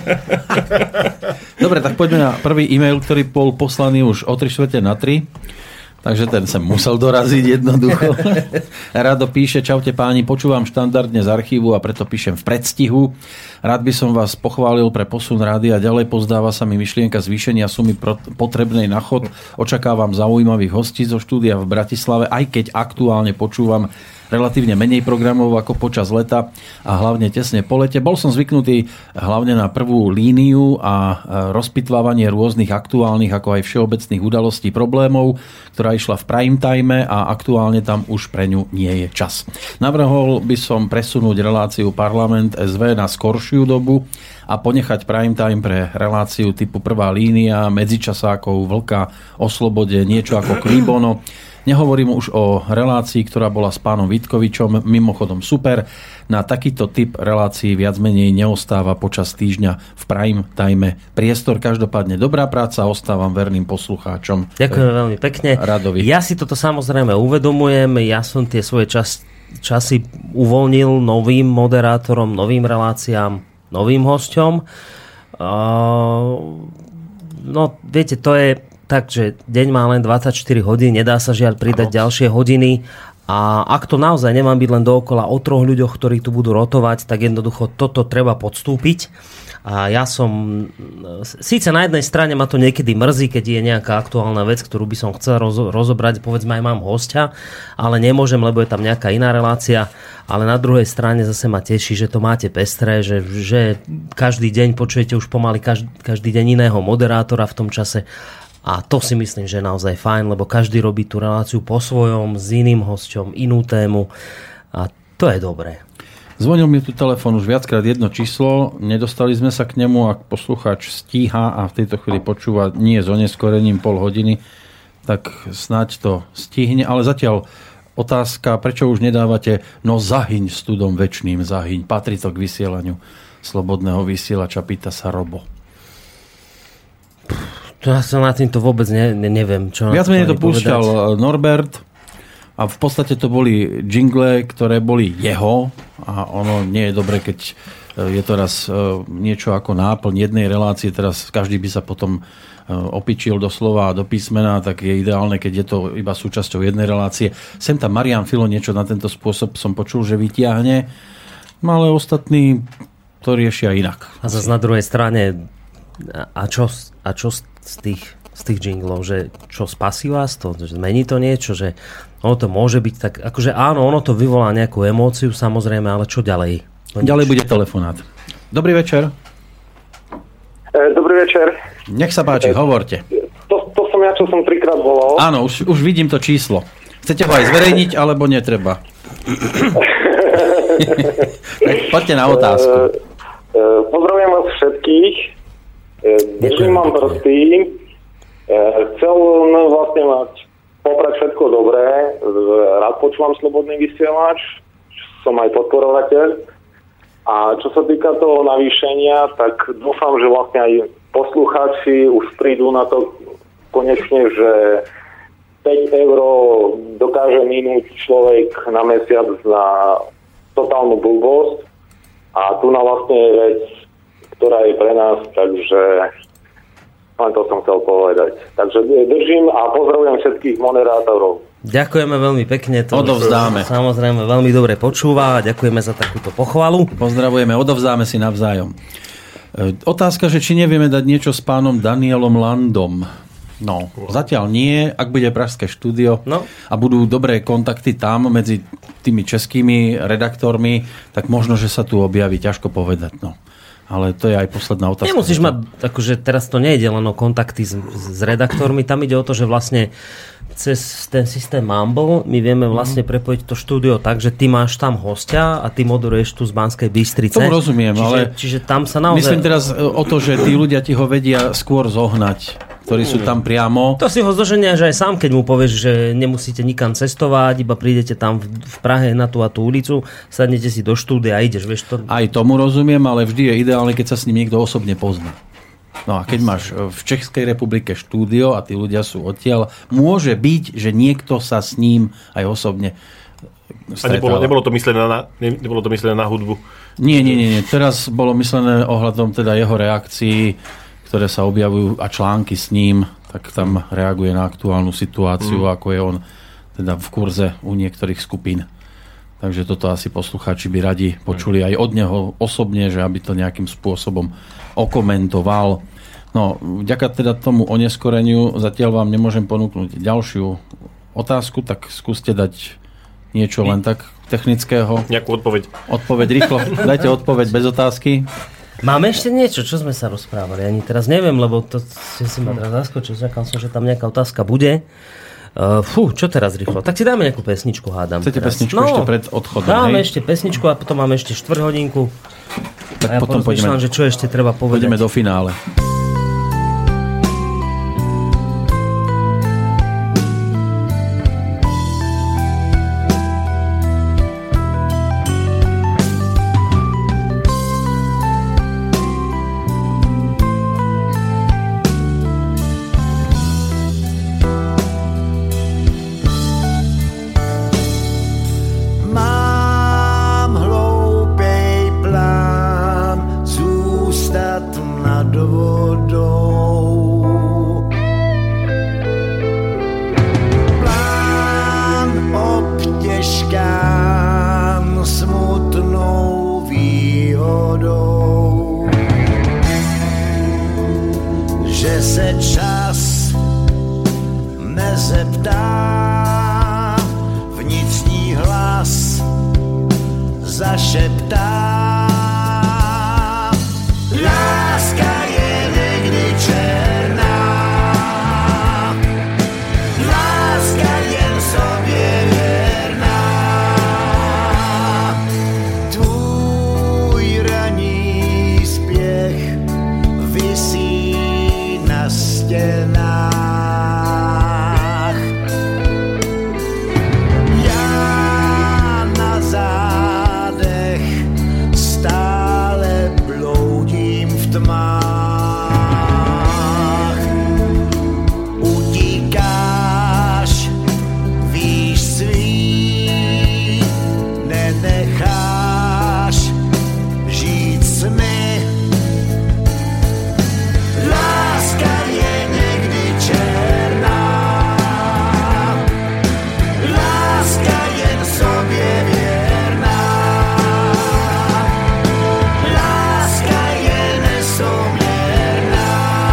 Dobre, tak poďme na prvý e-mail, ktorý bol poslaný už o tri štvrte na tri. Takže ten sem musel doraziť jednoducho. Rado píše, čaute páni, počúvam štandardne z archívu a preto píšem v predstihu. Rád by som vás pochválil pre posun rádia. Ďalej pozdáva sa mi myšlienka zvýšenia sumy potrebnej na chod. Očakávam zaujímavých hostí zo štúdia v Bratislave, aj keď aktuálne počúvam relatívne menej programov ako počas leta a hlavne tesne po lete. Bol som zvyknutý hlavne na prvú líniu a rozpitvávanie rôznych aktuálnych ako aj všeobecných udalostí problémov, ktorá išla v prime time a aktuálne tam už pre ňu nie je čas. Navrhol by som presunúť reláciu Parlament es vé na skoršiu dobu a ponechať prime time pre reláciu typu prvá línia, medzičasákov, Vlka, o slobode, niečo ako Kvíbono. Nehovorím už o relácii, ktorá bola s pánom Vítkovičom, mimochodom super. Na takýto typ relácií viac menej neostáva počas týždňa v prime time priestor. Každopádne dobrá práca, ostávam verným poslucháčom. Ďakujem veľmi pekne. Radovi. Ja si toto samozrejme uvedomujem. Ja som tie svoje čas, časy uvoľnil novým moderátorom, novým reláciám, novým hosťom. Uh, no, viete, to je takže deň má len dvadsaťštyri hodín, nedá sa žiaľ pridať ano. ďalšie hodiny a ak to naozaj nemám byť len dookola o troch ľuďoch, ktorí tu budú rotovať, tak jednoducho toto treba podstúpiť. A ja som, síce na jednej strane ma to niekedy mrzí, keď je nejaká aktuálna vec, ktorú by som chcel rozo- rozobrať, povedzme aj mám hostia, ale nemôžem, lebo je tam nejaká iná relácia, ale na druhej strane zase ma teší, že to máte pestré, že, že každý deň počujete už pomaly každý, každý deň iného moderátora v tom čase. A to si myslím, že je naozaj fajn, lebo každý robí tú reláciu po svojom, s iným hosťom, inú tému a to je dobré. Zvonil mi tu telefón už viackrát jedno číslo, nedostali sme sa k nemu, ak poslucháč stíha a v tejto chvíli počúva nie s oneskorením pol hodiny, tak snáď to stihne, ale zatiaľ otázka, prečo už nedávate no zahyň studom večným, zahyň, patrí to k vysielaniu slobodného vysielača, pýta sa Robo. To ja sa na týmto vôbec ne, ne, neviem. Čo viac menej to púšťal Norbert a v podstate to boli jingle, ktoré boli jeho a ono nie je dobre, keď je to raz niečo ako náplň jednej relácie, teraz každý by sa potom opičil do slova a do písmena, tak je ideálne, keď je to iba súčasťou jednej relácie. Sem tam Marián Filo niečo na tento spôsob som počul, že vytiahne, ale ostatní to riešia inak. A zase na druhej strane a čo, a čo z tých, z tých jinglov, že čo spasí vás to, že zmení to niečo, že ono to môže byť tak, akože áno, ono to vyvolá nejakú emóciu samozrejme, ale čo ďalej? No ďalej bude telefonát. Dobrý večer. E, dobrý večer. Nech sa páči, e, hovorte. To, to som ja, čo som trikrát volal. Áno, už, už vidím to číslo. Chcete ho aj zverejniť, alebo netreba? Tak poďte na otázku. E, e, pozdravujem vás všetkých. E, Držím vám prsty. E, chcel vlastne mať poprať všetko dobré. Rád počúvam slobodný vysielač. Som aj podporovateľ. A čo sa týka toho navýšenia, tak dúfam, že vlastne aj poslucháči už prídu na to konečne, že päť eur dokáže minúť človek na mesiac na totálnu blbosť. A tu na vlastne je vec, ktorá je pre nás, takže len to som chcel povedať. Takže držím a pozdravujem všetkých moderátorov. Ďakujeme veľmi pekne. To odovzdáme. Samozrejme veľmi dobre počúva a ďakujeme za takúto pochvalu. Pozdravujeme, odovzdáme si navzájom. Otázka, že či nevieme dať niečo s pánom Danielom Landom. No, zatiaľ nie. Ak bude pražské štúdio no. a budú dobré kontakty tam medzi tými českými redaktormi, tak možno, že sa tu objaví, ťažko povedať. No. Ale to je aj posledná otázka. Nemusíš mať, akože teraz to nejde len o kontakty s, s redaktormi, tam ide o to, že vlastne cez ten systém Mumble my vieme vlastne prepojiť to štúdio tak, že ty máš tam hostia a ty moderuješ tu z Banskej Bystrice. Tomu rozumiem, čiže, ale čiže tam sa naozaj... myslím teraz o to, že tí ľudia ti ho vedia skôr zohnať, ktorí sú tam priamo. To si ho zoženia, že aj sám, keď mu povieš, že nemusíte nikam cestovať, iba prídete tam v, v Prahe na tú a tú ulicu, sadnete si do štúdia a ideš. Vieš to... Aj tomu rozumiem, ale vždy je ideálne, keď sa s ním niekto osobne pozná. No a keď máš v Českej republike štúdio a tí ľudia sú odtiaľ, môže byť, že niekto sa s ním aj osobne stretal. A nebolo, nebolo, to myslené na, nebolo to myslené na hudbu? Nie, nie, nie, nie. Teraz bolo myslené ohľadom teda jeho reakcií, ktoré sa objavujú a články s ním, tak tam reaguje na aktuálnu situáciu, mm. ako je on teda v kurze u niektorých skupín. Takže toto asi poslucháči by radi počuli aj od neho osobne, že aby to nejakým spôsobom okomentoval. No, vďaka teda tomu oneskoreniu zatiaľ vám nemôžem ponúknuť ďalšiu otázku, tak skúste dať niečo len tak technického. Nejakú odpoveď. Odpoveď rýchlo. Dajte odpoveď bez otázky. Máme ešte niečo? Čo sme sa rozprávali? Ani teraz neviem, lebo to si, si ma teraz zaskočil. Čakal som, že tam nejaká otázka bude. Uh, fú, čo teraz rýchlo? Tak si dáme nejakú pesničku, hádam. Chcete teraz. pesničku no, ešte pred odchodom? Dáme hej? ešte pesničku a potom máme ešte štvrťhodinku. Tak a ja potom poďme, že čo ešte treba povedať. Poďme do finále. Láska je někdy černá. stěnách. Já na zádech stále bloudím v tmách. Utíkáš, víš svý, nenecháš žít sny. Láska je někdy černá, láska jen sobě věrná, láska je nesoměrná,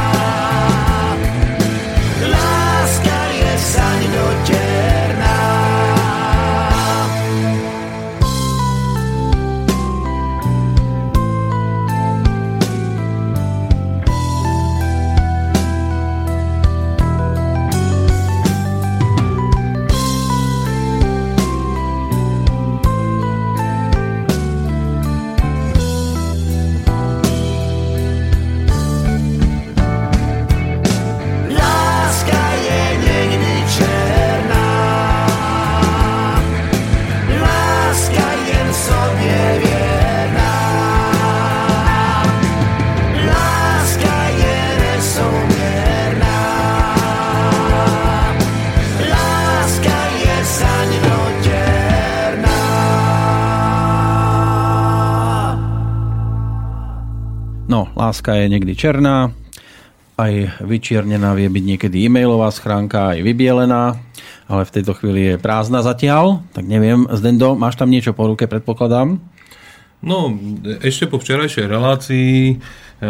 láska je saňdotěrná. Láska je někdy černá, láska jen sobě věrná, láska je nesoměrná, láska je saňdotěrná. No, láska je niekdy černá, aj vyčiernená vie byť niekedy e-mailová schránka, aj vybielená, ale v tejto chvíli je prázdna zatiaľ, tak neviem, Zdendo, máš tam niečo po ruke, predpokladám? No, ešte po včerajšej relácii e,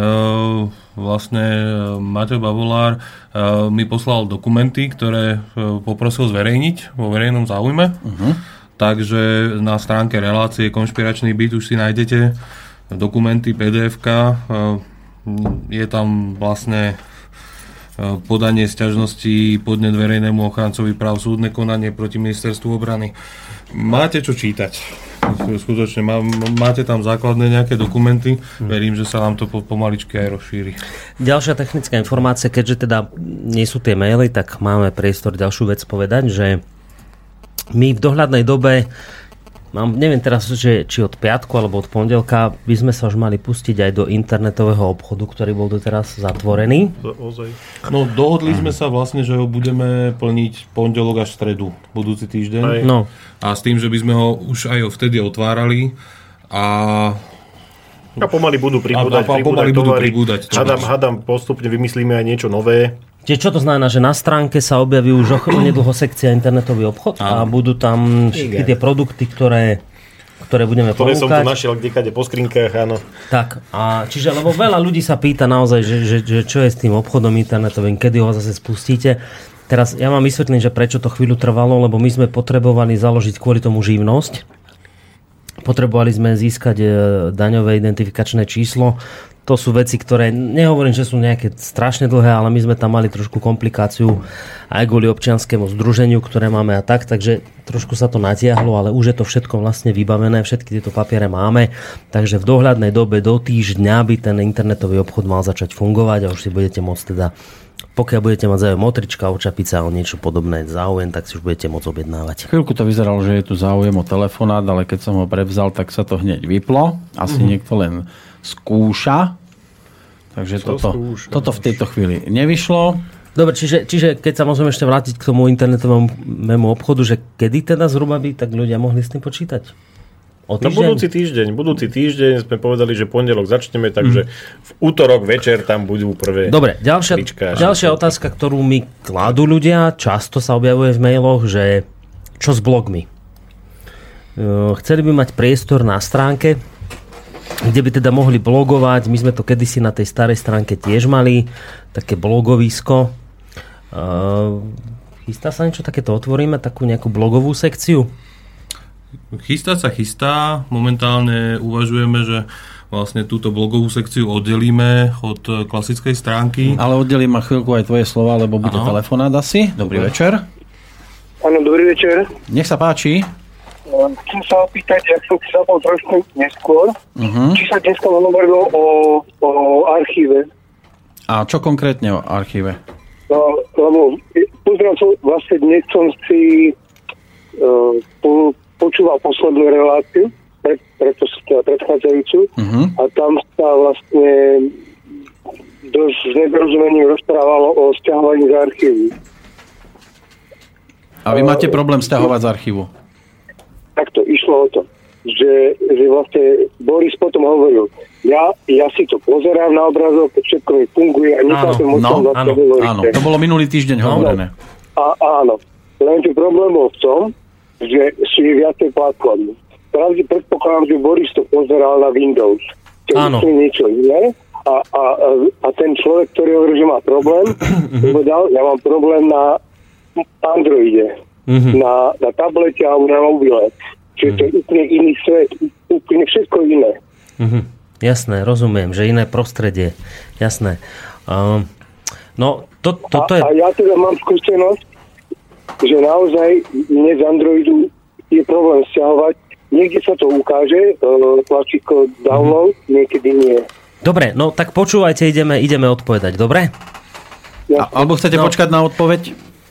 vlastne Matej Bavolár e, mi poslal dokumenty, ktoré e, poprosil zverejniť vo verejnom záujme. Uh-huh. Takže na stránke relácie Konšpiračný byt už si nájdete dokumenty, pé dé efka. E, je tam vlastne e, podanie sťažnosti, podnet verejnému ochrancovi práv, súdne konanie proti ministerstvu obrany. Máte čo čítať. Skutočne, má, máte tam základné nejaké dokumenty. Verím, že sa vám to pomaličky aj rozšíri. Ďalšia technická informácia, keďže teda nie sú tie maily, tak máme priestor ďalšiu vec povedať, že my v dohľadnej dobe, mám, neviem teraz, že, či od piatku alebo od pondelka, by sme sa už mali pustiť aj do internetového obchodu, ktorý bol doteraz zatvorený. No, dohodli sme sa vlastne, že ho budeme plniť pondelok až stredu, budúci týždeň. No. A s tým, že by sme ho už aj vtedy otvárali a... A pomaly budú pribúdať, a, a, a pomaly budú pribúdať. Hadám, hadám, postupne vymyslíme aj niečo nové. Čiže čo to znamená, že na stránke sa objaví už onedlho sekcia internetový obchod a budú tam všetky tie produkty, ktoré, ktoré budeme ktoré ponúkať. Ktoré som tu našiel kdekade po skrinkách, áno. Tak, a čiže, lebo veľa ľudí sa pýta naozaj, že, že, že čo je s tým obchodom internetovým, kedy ho zase spustíte. Teraz ja vám vysvetlím, že prečo to chvíľu trvalo, lebo my sme potrebovali založiť kvôli tomu živnosť. Potrebovali sme získať daňové identifikačné číslo. To sú veci, ktoré, nehovorím, že sú nejaké strašne dlhé, ale my sme tam mali trošku komplikáciu aj kvôli občianskému združeniu, ktoré máme a tak, takže trošku sa to natiahlo, ale už je to všetko vlastne vybavené, všetky tieto papiere máme, takže v dohľadnej dobe do týždňa by ten internetový obchod mal začať fungovať a už si budete môcť teda, pokiaľ budete mať záujem o trička, o čapice a o niečo podobné záujem, tak si už budete môcť objednávať. Chvíľku to vyzeralo, že je tu záujem o telefonát, ale keď som ho prevzal, tak sa to hneď vyplo. Asi mm-hmm. niekto len skúša. Takže toto, skúša, toto v tejto chvíli nevyšlo. Dobre, čiže, čiže keď sa môžeme ešte vrátiť k tomu internetovému obchodu, že kedy teda zhruba by tak ľudia mohli s tým počítať? O no budúci týždeň. Budúci týždeň sme povedali, že pondelok začneme, takže v útorok večer tam budú prvé. Dobre, ďalšia, ďalšia otázka, ktorú mi kladú ľudia, často sa objavuje v mailoch, že čo s blogmi? Chceli by mať priestor na stránke, kde by teda mohli blogovať. My sme to kedysi na tej starej stránke tiež mali, také blogovisko. Chystá sa niečo takéto? Otvoríme takú nejakú blogovú sekciu? Chystá sa chystá. Momentálne uvažujeme, že vlastne túto blogovú sekciu oddelíme od klasickej stránky. Ale oddelím ma chvíľku aj tvoje slova, lebo bude Aha. telefonát asi. Dobrý Dobre. večer. Áno, dobrý večer. Nech sa páči. Chcem sa opýtať, ja som sa bol trošku neskôr, uh-huh. či sa dneska hovorilo o, o archíve. A čo konkrétne o archíve? No, lebo pozriem som, vlastne dnes som si uh, po, počúval poslednú reláciu, pred, preto teda predchádzajúcu, uh-huh. a tam sa vlastne dosť s nedorozumením rozprávalo o sťahovaní z archívu. A vy máte problém sťahovať z archívu? Tak to išlo o to, že, že vlastne Boris potom hovoril, ja, ja si to pozerám na obrazok, všetko mi funguje a nechápem o tom, no, áno, áno, to bolo minulý týždeň hovorené. A, áno, lenže problém bol v tom, že sú viacej platformy. Pravde predpokladám, že Boris to pozeral na Windows. To je niečo iné. A, a, a ten človek, ktorý hovorí, že má problém, povedal, ja mám problém na Androide, mm-hmm. na, na tablete alebo na mobile. Čiže mm-hmm. to je úplne iný svet, úplne všetko iné. Mm-hmm. Jasné, rozumiem, že iné prostredie. Jasné. Um, no, to, to, to je... A, a ja teda mám skúsenosť, že naozaj mne z Androidu je problém stiahovať. Niekde sa to ukáže, tlačítko download, mm-hmm. niekedy nie. Dobre, no tak počúvajte, ideme, ideme odpovedať, dobre? A, alebo chcete no. počkať na odpoveď?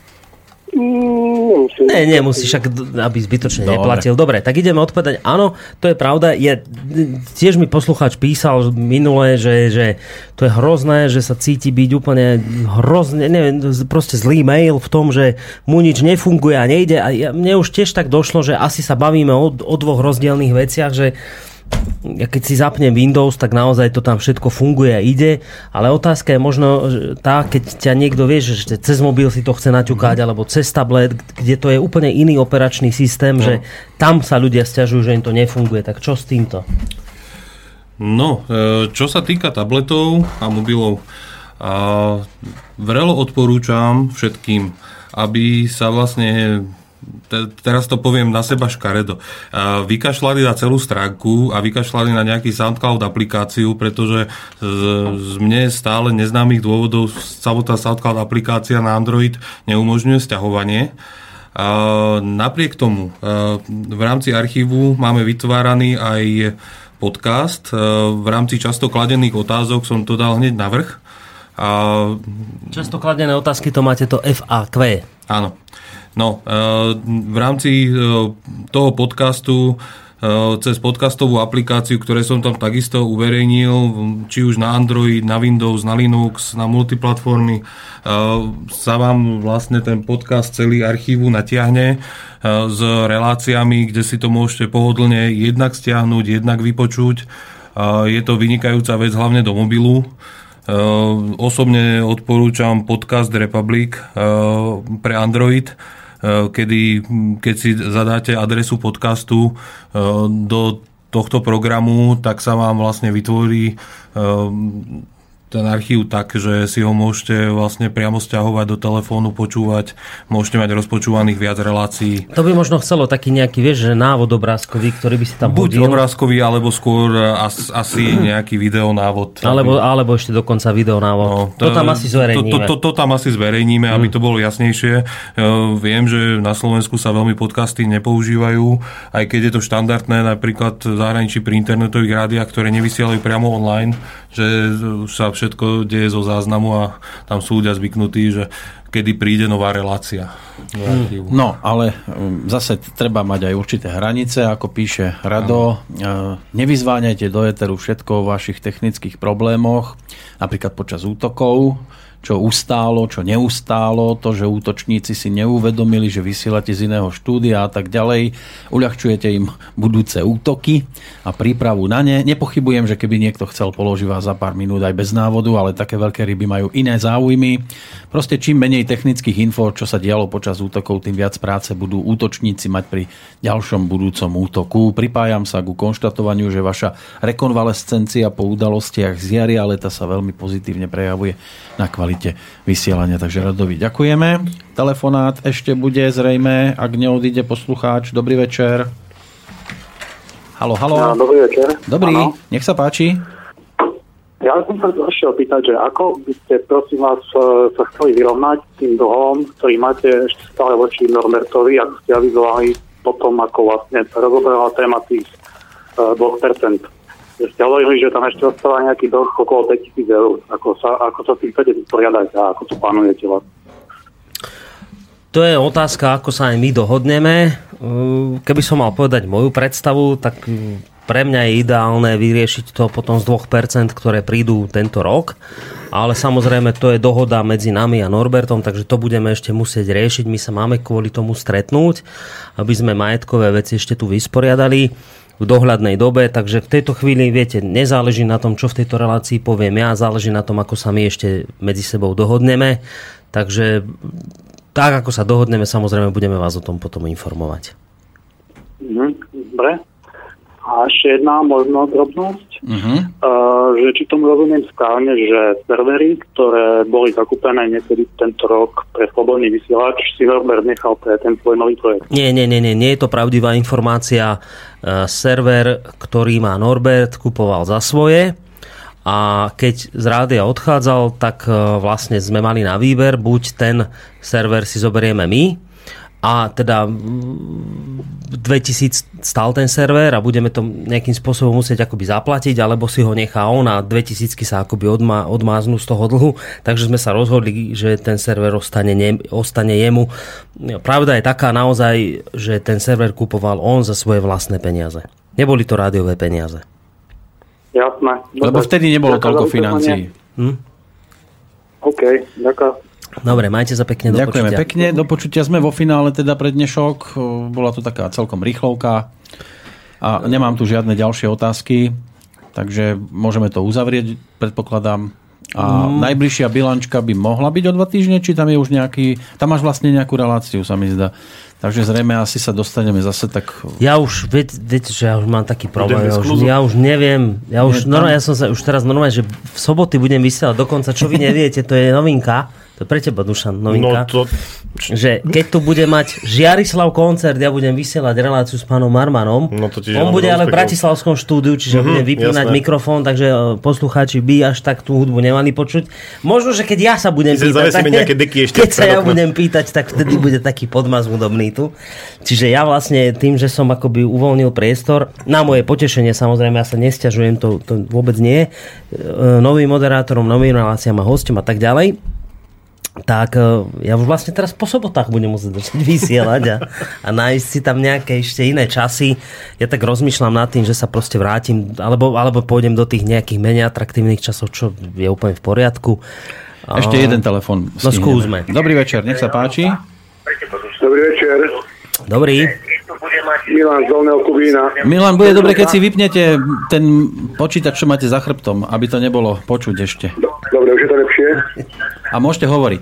Mm, nie, nemusíš, aby zbytočne dobre. neplatil. Dobre, tak ideme odpovedať. Áno, to je pravda. Je, tiež mi poslucháč písal minulé, že, že to je hrozné, že sa cíti byť úplne hrozne, neviem, proste zlý mail v tom, že mu nič nefunguje a nejde. A ja, mne už tiež tak došlo, že asi sa bavíme o, o dvoch rozdielných veciach, že ja keď si zapnem Windows, tak naozaj to tam všetko funguje a ide, ale otázka je možno tá, keď ťa niekto vie, že cez mobil si to chce naťukať, mm. alebo cez tablet, kde to je úplne iný operačný systém, no. že tam sa ľudia sťažujú, že im to nefunguje. Tak čo s týmto? No, čo sa týka tabletov a mobilov, vrelo odporúčam všetkým, aby sa vlastne teraz to poviem na seba škaredo, vykašľali na celú stránku a vykašľali na nejaký SoundCloud aplikáciu, pretože z, z mne stále neznámych dôvodov samotná SoundCloud aplikácia na Android neumožňuje sťahovanie. Napriek tomu v rámci archívu máme vytváraný aj podcast. V rámci často kladených otázok som to dal hneď navrch. Často kladené otázky, to máte to ef á kvé. Áno. No, v rámci toho podcastu cez podcastovú aplikáciu, ktoré som tam takisto uverejnil, či už na Android, na Windows, na Linux, na multiplatformy, sa vám vlastne ten podcast celý archívu natiahne s reláciami, kde si to môžete pohodlne jednak stiahnuť, jednak vypočuť. Je to vynikajúca vec, hlavne do mobilu. Osobne odporúčam Podcast Republic pre Android, kedy keď si zadáte adresu podcastu do tohto programu, tak sa vám vlastne vytvorí ten archív tak, že si ho môžete vlastne priamo sťahovať do telefónu, počúvať, môžete mať rozpočúvaných viac relácií. To by možno chcelo taký nejaký, vieš, že návod obrázkový, ktorý by si tam Buď hodil. obrázkový, alebo skôr as, asi nejaký videonávod. Alebo, alebo ešte dokonca videonávod. No, to, to tam asi zverejníme. To, to, to, to tam asi zverejníme, aby to bolo jasnejšie. Viem, že na Slovensku sa veľmi podcasty nepoužívajú, aj keď je to štandardné, napríklad v zahraničí pri internetových rádiách, ktoré nevysielajú priamo online, že sa všetko deje zo záznamu a tam sú ľudia zvyknutí, že kedy príde nová relácia. No, ale zase treba mať aj určité hranice, ako píše Rado. Ano. Nevyzváňajte do éteru všetko o vašich technických problémoch, napríklad počas útokov, čo ustálo, čo neustálo, to, že útočníci si neuvedomili, že vysielate z iného štúdia a tak ďalej. Uľahčujete im budúce útoky a prípravu na ne. Nepochybujem, že keby niekto chcel, položí vás za pár minút aj bez návodu, ale také veľké ryby majú iné záujmy. Proste čím menej technických info, čo sa dialo počas útokov, tým viac práce budú útočníci mať pri ďalšom budúcom útoku. Pripájam sa ku konštatovaniu, že vaša rekonvalescencia po udalostiach z jary a leta sa veľmi pozitívne prejavuje na kvalite vysielania. Takže Radovi ďakujeme. Telefonát ešte bude zrejme, ak neodíde poslucháč. Dobrý večer. Haló, haló. Ja, dobrý večer. Dobrý, ano. Nech sa páči. Ja som sa ešte opýtať, že ako by ste, prosím vás, sa chceli vyrovnať s tým dlhom, ktorý máte ešte stále voči Norbertovi, ako ste avizovali potom, ako vlastne sa rozoberala téma tých dvoch percent. Ste hovorili, že tam ešte ostáva nejaký dlh okolo päťtisíc eur. Ako sa, ako sa s tým chcete vysporiadať a ako to plánujete vlastne? To je otázka, ako sa aj my dohodneme. Keby som mal povedať moju predstavu, tak pre mňa je ideálne vyriešiť to potom z dve percentá, ktoré prídu tento rok. Ale samozrejme, to je dohoda medzi nami a Norbertom, takže to budeme ešte musieť riešiť. My sa máme kvôli tomu stretnúť, aby sme majetkové veci ešte tu vysporiadali v dohľadnej dobe. Takže v tejto chvíli, viete, nezáleží na tom, čo v tejto relácii poviem ja, záleží na tom, ako sa my ešte medzi sebou dohodneme. Takže tak, ako sa dohodneme, samozrejme, budeme vás o tom potom informovať. Mhm, dobre. A ešte jedna možná drobnosť, uh-huh. uh, že či tomu rozumiem správne, že servery, ktoré boli zakúpené niekedy tento rok pre Slobodný vysielač, si Norbert nechal pre ten svoj nový projekt. Nie, nie, nie, nie, nie je to pravdivá informácia. Uh, server, ktorý má Norbert, kupoval za svoje. A keď z rádia odchádzal, tak vlastne sme mali na výber, buď ten server si zoberieme my, a teda dvetisíc stál ten server a budeme to nejakým spôsobom musieť akoby zaplatiť, alebo si ho nechá on a dvetisícky sa akoby odma, odmáznú z toho dlhu. Takže sme sa rozhodli, že ten server ostane, ne, ostane jemu. Pravda je taká naozaj, že ten server kupoval on za svoje vlastné peniaze. Neboli to rádiové peniaze. Jasné. Lebo vtedy nebolo toľko financií. Hm? OK, ďakujem. Dobre, majte sa pekne, do Ďakujeme počutia. pekne, do počutia. Sme vo finále teda pre dnešok. Bola to taká celkom rýchlovka a nemám tu žiadne ďalšie otázky, takže môžeme to uzavrieť, predpokladám. A mm. najbližšia bilančka by mohla byť o dva týždne, či tam je už nejaký... Tam máš vlastne nejakú reláciu, sa mi zdá. Takže zrejme asi sa dostaneme zase tak... Ja už, viete, viete že ja už mám taký problém. Ja už, ja už neviem. Ja už, Nie, normálne, ja som sa už teraz normálne, že v soboty budem vysielať dokonca, čo vy neviete, to je novinka. To je pre teba, Dušan, novinka. No to... Že keď tu bude mať Žiarislav koncert, ja budem vysielať reláciu s pánom Marmanom. No to On bude ale v bratislavskom štúdiu, čiže mm-hmm, budem vypínať jasné. mikrofón, takže poslucháči by až tak tú hudbu nemali počuť. Možno, že keď ja sa budem My pýtať, tak, ešte keď sa ja budem pýtať, tak vtedy bude taký podmaz hudobný tu. Čiže ja vlastne tým, že som akoby uvoľnil priestor, na moje potešenie, samozrejme, ja sa nesťažujem, to, to vôbec nie, novým moderátorom, novým reláciám a hostom a tak ďalej, tak ja už vlastne teraz po sobotách budem musieť začať vysielať a, a nájsť si tam nejaké ešte iné časy. Ja tak rozmýšľam nad tým, že sa proste vrátim, alebo, alebo pôjdem do tých nejakých menej atraktívnych časov, čo je úplne v poriadku. Ešte jeden telefon. No skúsme. Dobrý večer, nech sa páči. Dobrý večer. Dobrý. Milan z Dolného Kubína. Milan, bude dobre, keď si vypnete ten počítač, čo máte za chrbtom, aby to nebolo počuť ešte. Dobre, už je to lepšie. A môžete hovoriť.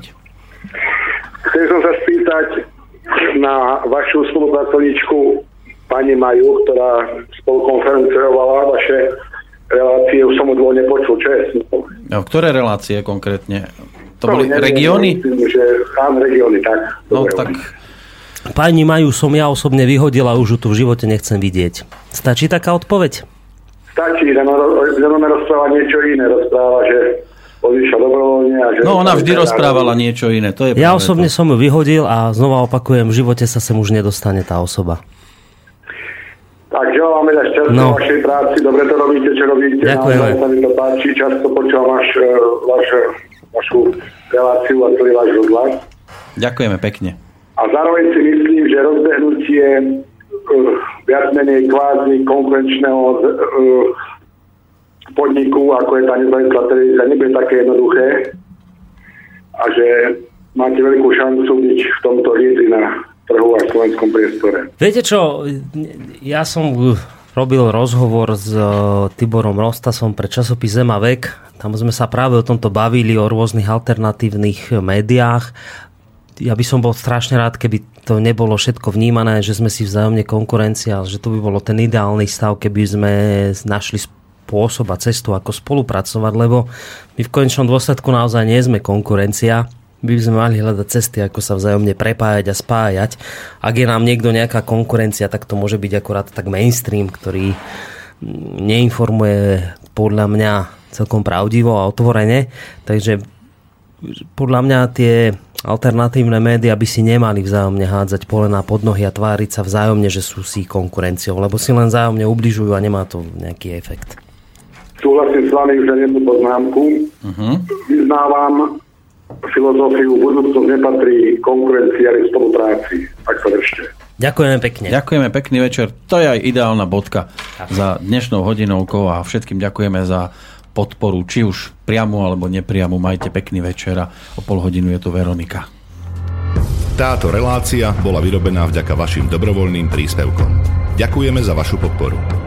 Chcem som sa spýtať na vašu spolupracovníčku pani Maju, ktorá spolukonferenciovala vaše relácie, už som od dvoch nepočul, čo je? A ktoré relácie konkrétne? To no, boli neviem, regióny? Myslím, že áno, regióny, tak. No dobre. tak... Pani Maju som ja osobne vyhodila, už ju tu v živote nechcem vidieť. Stačí taká odpoveď? Stačí, že ona rozpráva niečo iné. Rozpráva, že odišla dobrovoľne. A že no ona vždy rozprávala niečo iné. To je ja osobne to. som ju vyhodil a znova opakujem, v živote sa sem už nedostane tá osoba. Tak želám veľa šťastia no. vašej práci. Dobre to robíte, čo robíte. Ďakujeme. Sa mi to páči. Často počúvam vaš, vaš, vašu reláciu a celý váš rozhlas. Ďakujeme pekne. A zároveň si myslím, že rozbehnutie uh, viac menej kvázi konkurenčného uh, podniku, ako je tá nezávislá televízia, nebude také jednoduché a že máte veľkú šancu byť v tomto lídri na trhu a slovenskom priestore. Viete čo, ja som robil rozhovor s Tiborom Rostasom pre časopis Zem a vek. Tam sme sa práve o tomto bavili, o rôznych alternatívnych médiách. Ja by som bol strašne rád, keby to nebolo všetko vnímané, že sme si vzájomne konkurencia, že to by bolo ten ideálny stav, keby sme našli spôsob a cestu, ako spolupracovať, lebo my v konečnom dôsledku naozaj nie sme konkurencia. My by sme mali hľadať cesty, ako sa vzájomne prepájať a spájať. Ak je nám niekto nejaká konkurencia, tak to môže byť akurát tak mainstream, ktorý neinformuje podľa mňa celkom pravdivo a otvorene. Takže podľa mňa tie alternatívne médiá by si nemali vzájomne hádzať polená pod nohy a tváriť sa vzájomne, že sú si konkurenciou, lebo si len vzájomne ubližujú a nemá to nejaký efekt. súhlasím s vami už na jednu poznámku. Uh-huh. Vyznávam filozofiu, budúcnosť nepatrí konkurencii, ale spolupráci. Tak sa držte. Ďakujeme pekne. Ďakujeme, pekný večer. To je aj ideálna bodka za dnešnou hodinovkou a všetkým ďakujeme za podporu, či už priamu alebo nepriamu. Majte pekný večer a o pol hodinu je tu Veronika. Táto relácia bola vyrobená vďaka vašim dobrovoľným príspevkom. Ďakujeme za vašu podporu.